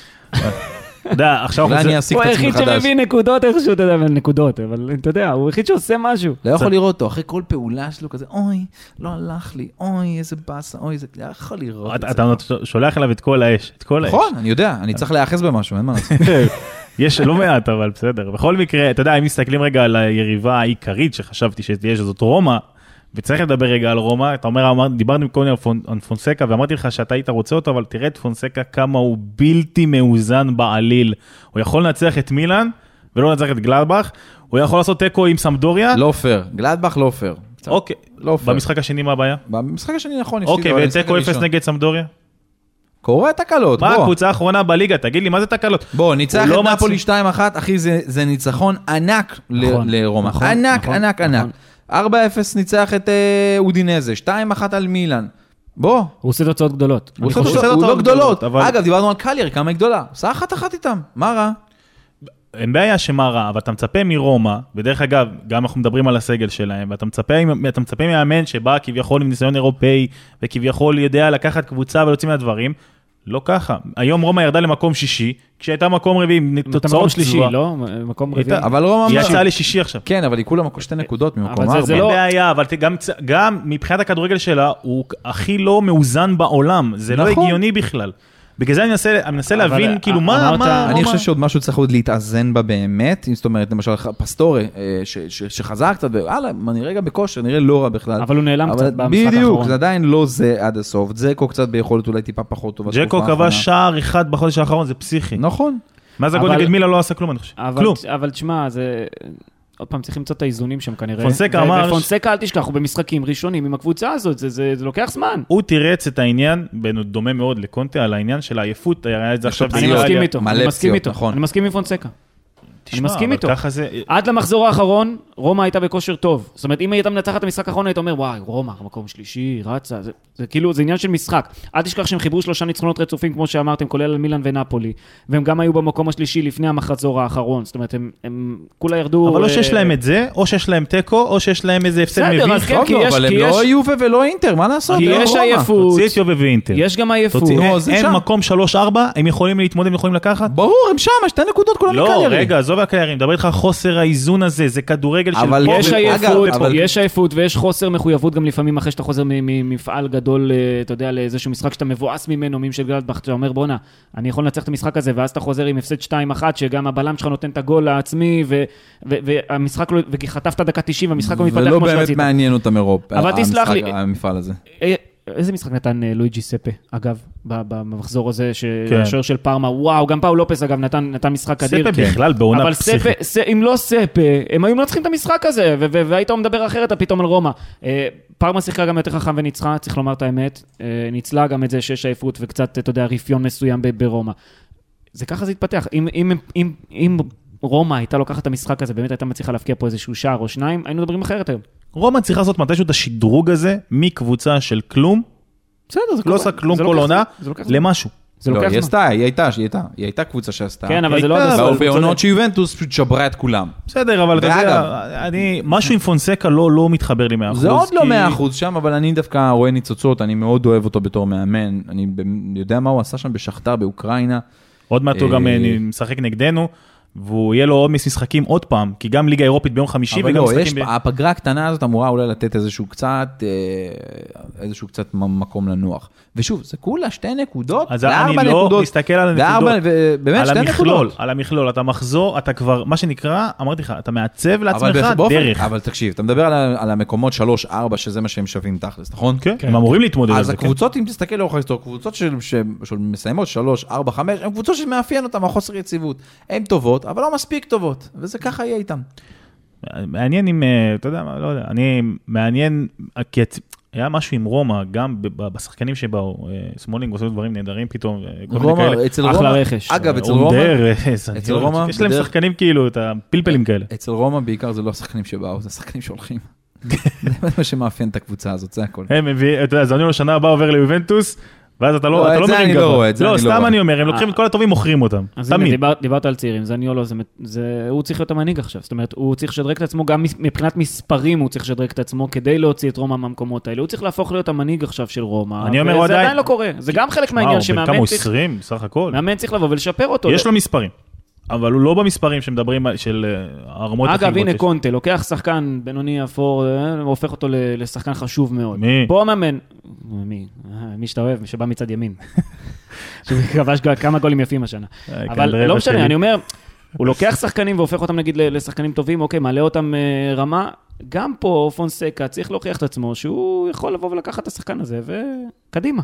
[SPEAKER 1] אתה יודע, עכשיו...
[SPEAKER 3] אולי אני אעסיק את עצמי
[SPEAKER 2] מחדש. הוא היחיד שמביא נקודות איכשהו, אתה יודע, נקודות, אבל אתה יודע, הוא היחיד שעושה משהו.
[SPEAKER 3] לא יכול לראות אותו, אחרי כל פעולה שלו כזה, אוי, לא הלך לי, אוי, איזה באסה, אוי, זה... לא יכול לראות את זה.
[SPEAKER 1] אתה שולח אליו את כל האש, את כל האש.
[SPEAKER 3] נכון, אני יודע, אני צריך להיאחז במשהו, אין מה לעשות.
[SPEAKER 1] יש לא מעט, אבל בסדר. בכל מקרה, אתה יודע, אם מסתכלים רגע על היריבה העיקרית שחשבתי שתהיה שזאת רומא, וצריך לדבר רגע על רומא, אתה אומר, דיברנו קודם על פונסקה, ואמרתי לך שאתה היית רוצה אותו, אבל תראה את פונסקה כמה הוא בלתי מאוזן בעליל. הוא יכול לנצח את מילאן, ולא לנצח את גלדבך, הוא יכול לעשות טקו עם סמדוריה.
[SPEAKER 3] לא פייר, גלדבך לא פייר.
[SPEAKER 1] אוקיי, במשחק השני מה הבעיה?
[SPEAKER 3] במשחק השני נכון.
[SPEAKER 1] אוקיי, וטקו אפס נגד סמדוריה?
[SPEAKER 3] קורה תקלות, בוא.
[SPEAKER 1] מה הקבוצה האחרונה בליגה? תגיד לי, מה זה תקלות?
[SPEAKER 3] בוא, ניצח את נאפולי שתיים אחת, אחי, זה ניצחון ענק לרומא. ענק, ענק, ענק. ארבע אפס ניצח את אודינזה, שתיים אחת על מילאן. בוא.
[SPEAKER 2] הוא עושה תוצאות גדולות.
[SPEAKER 3] הוא עושה תוצאות גדולות. אגב, דיברנו על קליאר, כמה היא גדולה. עושה אחת אחת איתם. מה רע?
[SPEAKER 1] אין בעיה שמה רע, אבל אתה מצפה מרומא, ודרך אגב, גם אנחנו מדברים על הסגל שלהם, ואתה מצפה, אתה מצפה מאמן שבא כביכול עם ניסיון אירופאי, וכביכול יודע לקחת קבוצה ולהוציא מהדברים, לא ככה. היום רומא ירדה למקום שישי, כשהייתה מקום רביעי, תוצאות
[SPEAKER 2] שלישי, לא? מקום רביעי.
[SPEAKER 3] אבל רומא...
[SPEAKER 1] היא יצאה לשישי עכשיו.
[SPEAKER 3] כן, אבל היא כולה שתי נקודות ממקום ארבע.
[SPEAKER 1] אין בעיה, אבל גם מבחינת הכדורגל שלה, הוא הכי לא מאוזן בעולם. זה לא הגיוני בכלל. בגלל זה אני מנסה להבין, כאילו, מה, מה...
[SPEAKER 3] אני חושב שעוד משהו צריך עוד להתאזן בה באמת, זאת אומרת, למשל, פסטורי, שחזר קצת, ואללה, אני רגע בכושר, נראה לא רע בכלל.
[SPEAKER 2] אבל הוא נעלם קצת במשחק האחרון.
[SPEAKER 3] בדיוק, זה עדיין לא זה עד הסוף. ג'קו קצת ביכולת אולי טיפה פחות טובה.
[SPEAKER 1] ג'קו קבע שער אחד בחודש האחרון, זה פסיכי.
[SPEAKER 3] נכון.
[SPEAKER 1] מה זה הגול
[SPEAKER 2] אבל-
[SPEAKER 1] נגד מילה לא עשה כלום, אני חושב.
[SPEAKER 2] אבל-
[SPEAKER 1] כלום.
[SPEAKER 2] אבל תשמע, זה... עוד פעם, צריך למצוא את האיזונים שם כנראה.
[SPEAKER 1] פונסקה
[SPEAKER 2] ו-
[SPEAKER 1] אמר-
[SPEAKER 2] ופונסקה, אל תשכח, הוא במשחקים ראשונים עם הקבוצה הזאת, זה- זה זה לוקח זמן.
[SPEAKER 1] הוא תירץ את העניין, דומה מאוד לקונטה, על העניין של העייפות, היה את זה עכשיו...
[SPEAKER 2] אני
[SPEAKER 3] פציעות,
[SPEAKER 2] מסכים
[SPEAKER 1] באיטליה.
[SPEAKER 2] איתו,
[SPEAKER 3] מלא
[SPEAKER 2] אני מסכים
[SPEAKER 3] פציעות,
[SPEAKER 2] איתו,
[SPEAKER 3] נכון.
[SPEAKER 2] אני מסכים עם פונסקה.
[SPEAKER 1] תשמע,
[SPEAKER 2] אני מסכים
[SPEAKER 1] אבל
[SPEAKER 2] איתו.
[SPEAKER 1] ככה זה...
[SPEAKER 2] עד למחזור האחרון, רומא הייתה בכושר טוב. זאת אומרת, אם היא הייתה מנצחת את המשחק האחרון, היית אומר, וואי, רומא, מקום שלישי, רצה, זה, זה כאילו, זה עניין של משחק. אל תשכח שהם חיברו שלושה ניצחונות רצופים, כמו שאמרתם, כולל על מילאן ונפולי, והם גם היו במקום השלישי לפני המחזור האחרון. זאת אומרת, הם, הם כולה ירדו...
[SPEAKER 1] אבל לא
[SPEAKER 2] אה,
[SPEAKER 1] שיש להם את זה, או שיש להם טקו, או שיש להם איזה הפסד
[SPEAKER 2] בסדר,
[SPEAKER 1] מביך.
[SPEAKER 2] אז כן,
[SPEAKER 3] טוב,
[SPEAKER 2] כי
[SPEAKER 3] לא,
[SPEAKER 2] יש-
[SPEAKER 3] אבל הם
[SPEAKER 2] כי
[SPEAKER 3] לא
[SPEAKER 2] יש-
[SPEAKER 3] יובה ולא אינטר, מה לעשות?
[SPEAKER 2] כי
[SPEAKER 3] הם
[SPEAKER 2] יש
[SPEAKER 3] רומא.
[SPEAKER 2] עייפות.
[SPEAKER 1] תוציא את יובה ואינטר.
[SPEAKER 2] יש גם עייפות.
[SPEAKER 1] תוציא,
[SPEAKER 3] נו,
[SPEAKER 1] אין-
[SPEAKER 3] זה
[SPEAKER 1] אין
[SPEAKER 3] שם.
[SPEAKER 1] מקום שלוש ארבע, הם יכולים להתמודד, הם יכולים לקחת?
[SPEAKER 3] ברור, הם שם, שתי נקודות כולם
[SPEAKER 1] לא,
[SPEAKER 3] מקליירים.
[SPEAKER 1] רגע, עזוב הקליירים, מדבר איתך חוסר האיזון הזה, זה כדורגל של...
[SPEAKER 3] אבל
[SPEAKER 1] פה
[SPEAKER 2] יש
[SPEAKER 1] ופה.
[SPEAKER 2] עייפות,
[SPEAKER 3] אגב, אבל-
[SPEAKER 2] יש עייפות ויש חוסר מחויבות גם לפעמים אחרי שאתה חוזר מ- ממפעל גדול, אה, אתה יודע, לאיזשהו משחק שאתה מבואס ממנו, מים של גלדבך, אתה אומר בונה, אני יכול לנצח את המשחק הזה, ואז אתה חוזר עם הפסד שתיים אחת, שגם הבלם שלך נותן את הגול העצמי, ו- ו- והמשחק לא, וחטפת דקה תשעים, והמשחק לא מתפתח
[SPEAKER 3] ולא
[SPEAKER 2] כמו
[SPEAKER 3] באמת
[SPEAKER 2] שרצית.
[SPEAKER 3] מעניין אותם אירופה.
[SPEAKER 2] אבל תסלח לי.
[SPEAKER 3] המשחק- המפעל הזה.
[SPEAKER 2] אה, איזה משחק נתן אה, לואיג'י ספה, אגב, ב- במחזור הזה,
[SPEAKER 1] כן.
[SPEAKER 2] השוער של פארמה, וואו, גם פאו לופס, אגב, נתן נתן משחק אדיר.
[SPEAKER 1] ספה בכלל בעונה
[SPEAKER 2] אבל
[SPEAKER 1] פסיכית.
[SPEAKER 2] ספה, ס- אם לא ספה, הם היו מנצחים את המשחק הזה, ו- ו- והיית מדבר אחרת פתאום על רומא. אה, פארמה שיחקה גם יותר חכם וניצחה, צריך לומר את האמת. אה, ניצלה גם את זה שיש עייפות וקצת, אתה יודע, רפיון מסוים ב- ברומא. זה ככה זה התפתח. אם, אם, אם, אם רומא הייתה לוקחת את המשחק הזה, באמת הייתה מצליחה להפקיע פה איזשהו שער או שניים, היינו מדברים אחרת היום.
[SPEAKER 1] רומא צריכה לעשות מתישהו את השדרוג הזה, מקבוצה של כלום,
[SPEAKER 2] בסדר, זה
[SPEAKER 1] לא עושה כלום
[SPEAKER 2] זה
[SPEAKER 1] כל
[SPEAKER 2] לוקח
[SPEAKER 1] עונה,
[SPEAKER 2] זמן, זה לוקח זמן.
[SPEAKER 1] למשהו.
[SPEAKER 2] זה
[SPEAKER 3] לא,
[SPEAKER 2] לוקח
[SPEAKER 3] היא
[SPEAKER 2] זמן.
[SPEAKER 3] עשתה, היא הייתה, היא הייתה, היא הייתה קבוצה שעשתה.
[SPEAKER 2] כן, אבל זה לא...
[SPEAKER 1] הייתה,
[SPEAKER 2] עד
[SPEAKER 1] אבל-
[SPEAKER 2] הסוף.
[SPEAKER 3] בעונות שיובנטוס פשוט שברה את כולם.
[SPEAKER 1] בסדר, אבל אתה
[SPEAKER 3] ואגב-
[SPEAKER 1] יודע, אני, משהו עם פונסקה לא לא מתחבר לי מאה אחוז.
[SPEAKER 3] זה עוד לא
[SPEAKER 1] כי-
[SPEAKER 3] מאה אחוז שם, אבל אני דווקא רואה ניצוצות, אני מאוד אוהב אותו בתור מאמן. אני ב- יודע מה הוא עשה שם בשכתר באוקראינה.
[SPEAKER 1] עוד מעט הוא גם
[SPEAKER 3] אה,
[SPEAKER 1] אה, משחק נגדנו, והוא יהיה לו עוד משחקים עוד פעם, כי גם ליגה אירופית ביום חמישי
[SPEAKER 3] אבל
[SPEAKER 1] וגם
[SPEAKER 3] לא, יש,
[SPEAKER 1] משחקים... ב-
[SPEAKER 3] הפגרה הקטנה הזאת אמורה אולי לתת איזשהו קצת, אה, איזשהו קצת מ- מקום לנוח. ושוב, זה כולה שתי נקודות,
[SPEAKER 1] אז
[SPEAKER 3] וארבע
[SPEAKER 1] אני לא
[SPEAKER 3] נקודות,
[SPEAKER 1] מסתכל על
[SPEAKER 3] וארבע-
[SPEAKER 1] הנקודות,
[SPEAKER 3] ובאמת
[SPEAKER 1] על
[SPEAKER 3] שתי
[SPEAKER 1] המכלול,
[SPEAKER 3] נקודות.
[SPEAKER 1] על המכלול, אתה מחזור, אתה כבר, מה שנקרא, אמרתי לך, אתה מעצב
[SPEAKER 3] אבל
[SPEAKER 1] לעצמך
[SPEAKER 3] באופן-
[SPEAKER 1] דרך.
[SPEAKER 3] אבל תקשיב, אתה מדבר על ה- על המקומות שלוש ארבע, שזה מה שהם שווים תכלס, נכון?
[SPEAKER 1] כן, הם אמורים להתמודד על
[SPEAKER 3] אז
[SPEAKER 1] זה, כן.
[SPEAKER 3] הקבוצות, אם תסתכל לאורך ההיסטוריה, קבוצות של- ש- שמסיימות שלוש, ארבע, חמש, הן קבוצות שמאפיין אותן החוסר יציבות. הן טובות, אבל לא מספיק טובות, וזה ככה יהיה איתן.
[SPEAKER 1] מעניין אם, אה, אתה יודע מה, לא יודע, אני מעניין, כי את- היה משהו עם רומא, גם ב- ב- בשחקנים שבאו, אה, סמולינג עושה דברים נהדרים פתאום, אה, כל מיני
[SPEAKER 3] רומא,
[SPEAKER 1] כאלה.
[SPEAKER 3] אצל
[SPEAKER 2] אחלה
[SPEAKER 3] רומא,
[SPEAKER 2] רכש.
[SPEAKER 3] אגב, אצל רומא,
[SPEAKER 1] אונדר, איזה-
[SPEAKER 3] אצל רומא,
[SPEAKER 1] יש להם
[SPEAKER 3] בדרך-
[SPEAKER 1] שחקנים כאילו, את הפלפלים כאלה.
[SPEAKER 3] אצל רומא בעיקר זה לא השחקנים שבאו, זה השחקנים שהולכים. זה מה שמאפיין את הקבוצה הזאת, זה הכל.
[SPEAKER 1] הם מביאים, אתה יודע, זניולו שנה הבאה עובר ליובנטוס, ואז אתה
[SPEAKER 3] לא,
[SPEAKER 1] לא, אתה
[SPEAKER 3] את
[SPEAKER 1] לא
[SPEAKER 3] זה
[SPEAKER 1] מרים
[SPEAKER 3] אני לא
[SPEAKER 1] גבוה.
[SPEAKER 3] רואה, את זה
[SPEAKER 1] לא,
[SPEAKER 3] אני לא
[SPEAKER 1] סתם
[SPEAKER 3] רואה.
[SPEAKER 1] אני אומר, הם לוקחים את כל הטובים, מוכרים אותם.
[SPEAKER 2] אז הנה,
[SPEAKER 1] תמיד.
[SPEAKER 2] דיבר, דיברת על צעירים, זניולו, זה, זה, הוא צריך להיות המנהיג עכשיו, זאת אומרת, הוא צריך לשדרג את עצמו, גם מבחינת מספרים הוא צריך לשדרג את עצמו, כדי להוציא את רומא מהמקומות האלה, הוא צריך להפוך להיות המנהיג עכשיו של רומא,
[SPEAKER 1] אני אומר, הוא
[SPEAKER 2] וזה
[SPEAKER 1] עדיין-
[SPEAKER 2] עדיין לא קורה, זה גם חלק
[SPEAKER 1] מה,
[SPEAKER 2] מהעניין
[SPEAKER 1] הוא בן כמה
[SPEAKER 2] שמאמן
[SPEAKER 1] הוא
[SPEAKER 2] צריך,
[SPEAKER 1] עשרים, סך הכל.
[SPEAKER 2] מאמן צריך לבוא ולשפר אותו.
[SPEAKER 1] יש לו מספרים, אבל הוא לא במספרים שמדברים על- של אה, הרמות הכי
[SPEAKER 2] אגב,
[SPEAKER 1] גבוהות
[SPEAKER 2] הנה
[SPEAKER 1] שיש.
[SPEAKER 2] קונטה, לוקח שחקן בינוני אפור, אה, והופך אותו ל- לשחקן חשוב מאוד.
[SPEAKER 1] מי?
[SPEAKER 2] פה המאמן, מי? אה, מי שאתה אוהב, שבא מצד ימין. שהוא כבש כמה גולים יפים השנה.
[SPEAKER 1] אה,
[SPEAKER 2] אבל
[SPEAKER 1] כנראה
[SPEAKER 2] לא
[SPEAKER 1] בשלי.
[SPEAKER 2] משנה, אני אומר, הוא לוקח שחקנים והופך אותם נגיד ל- לשחקנים טובים, אוקיי, מעלה אותם אה, רמה, גם פה פונסקה צריך להוכיח את עצמו, שהוא יכול לבוא ולקחת את השחקן הזה, וקדימה.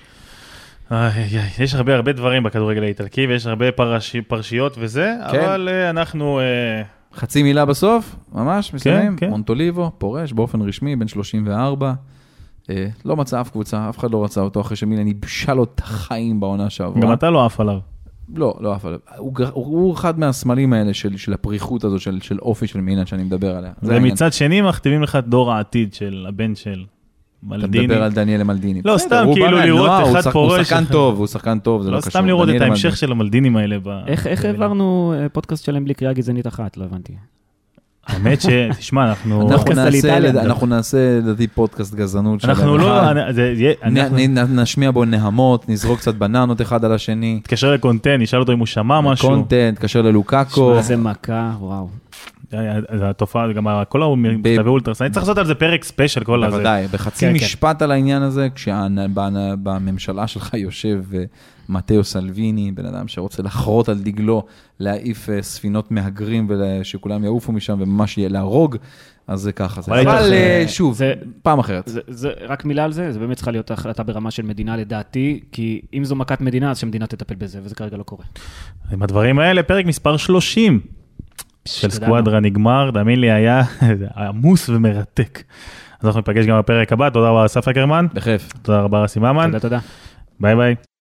[SPEAKER 1] איי, איי, יש הרבה הרבה דברים בכדורגל האיטלקי, ויש הרבה פרש- פרשיות וזה,
[SPEAKER 3] כן.
[SPEAKER 1] אבל אה, אנחנו... אה,
[SPEAKER 3] חצי מילה בסוף, ממש, מסיים.
[SPEAKER 1] כן.
[SPEAKER 3] מונטוליבו, פורש באופן רשמי, בן שלושים וארבע. אה, לא מצא אף קבוצה, אף אחד לא רצה אותו, אחרי שמילן ייבשה לו את החיים בעונה שעברה.
[SPEAKER 1] גם אתה לא עף עליו.
[SPEAKER 3] לא, לא אף אחד. הוא, גר- הוא, הוא אחד מהסמלים האלה של, של הפריחות הזו, של, של אופי של מילן שאני מדבר עליה. זה העניין.
[SPEAKER 1] ומצד שני מכתיבים לך את דור העתיד של הבן של
[SPEAKER 3] אתה
[SPEAKER 1] מלדיני.
[SPEAKER 3] מדבר על דניאל מלדיני.
[SPEAKER 1] לא,
[SPEAKER 3] בסדר,
[SPEAKER 1] סתם
[SPEAKER 3] הוא
[SPEAKER 1] כאילו
[SPEAKER 3] בא
[SPEAKER 1] לראות
[SPEAKER 3] מהנוער, הוא
[SPEAKER 1] אחד
[SPEAKER 3] שח-
[SPEAKER 1] פורש.
[SPEAKER 3] הוא שחקן טוב, הוא שחקן טוב, זה לא
[SPEAKER 1] לא
[SPEAKER 3] קשור.
[SPEAKER 1] סתם לראות את
[SPEAKER 3] דניאל
[SPEAKER 1] ההמשך
[SPEAKER 3] מלדיני.
[SPEAKER 1] של המלדינים האלה. ב-
[SPEAKER 2] איך איך
[SPEAKER 1] במילה.
[SPEAKER 2] העברנו אה, פודקאסט שלהם בלי קריאה גזענית אחת? לא הבנתי.
[SPEAKER 1] האמת ש... תשמע, אנחנו...
[SPEAKER 3] אנחנו
[SPEAKER 2] פודקאסט על
[SPEAKER 3] נעשה,
[SPEAKER 2] איטליה.
[SPEAKER 3] לד- אנחנו נעשה לדעתי פודקאסט גזענות.
[SPEAKER 1] אנחנו
[SPEAKER 3] שלהם
[SPEAKER 1] לא...
[SPEAKER 3] אחד.
[SPEAKER 1] אני- זה יהיה-
[SPEAKER 3] נ-
[SPEAKER 1] אנחנו
[SPEAKER 3] נ- נשמיע בו נהמות, נזרוק קצת בננות אחד על השני.
[SPEAKER 1] נתקשר לקונטן, נשאל אותו אם הוא שמע משהו.
[SPEAKER 3] קונטנט, תקשר ללוקאקו.
[SPEAKER 2] שמע, זה מכה, וואו.
[SPEAKER 1] זה התופעה, גם כל המכתבי אולטרס, אני צריך לעשות על זה פרק ספיישל כל הזה.
[SPEAKER 3] בוודאי, בחצי
[SPEAKER 2] כן, כן.
[SPEAKER 3] משפט על העניין הזה, כשבממשלה שלך יושב אה, מתאו סלוויני, בן אדם שרוצה לחרות על דגלו, להעיף אה, ספינות מהגרים ושכולם יעופו משם וממש יהיה להרוג, אז זה ככה. זה.
[SPEAKER 1] אבל
[SPEAKER 3] אבל
[SPEAKER 1] היית-
[SPEAKER 3] אה, שוב,
[SPEAKER 2] זה-
[SPEAKER 3] פעם אחרת.
[SPEAKER 2] זה, זה, רק מילה על זה, זה באמת צריכה להיות החלטה ברמה של מדינה לדעתי, כי אם זו מכת מדינה, אז שמדינה תטפל בזה, וזה כרגע לא קורה.
[SPEAKER 1] עם הדברים האלה, פרק מספר שלושים של סקואדרה נגמר, תאמין לי, היה עמוס ומרתק. אז אנחנו ניפגש גם בפרק הבא, תודה רבה אסף אקרמן.
[SPEAKER 3] בכיף.
[SPEAKER 1] תודה רבה רסי ממן.
[SPEAKER 2] תודה, תודה.
[SPEAKER 1] ביי ביי.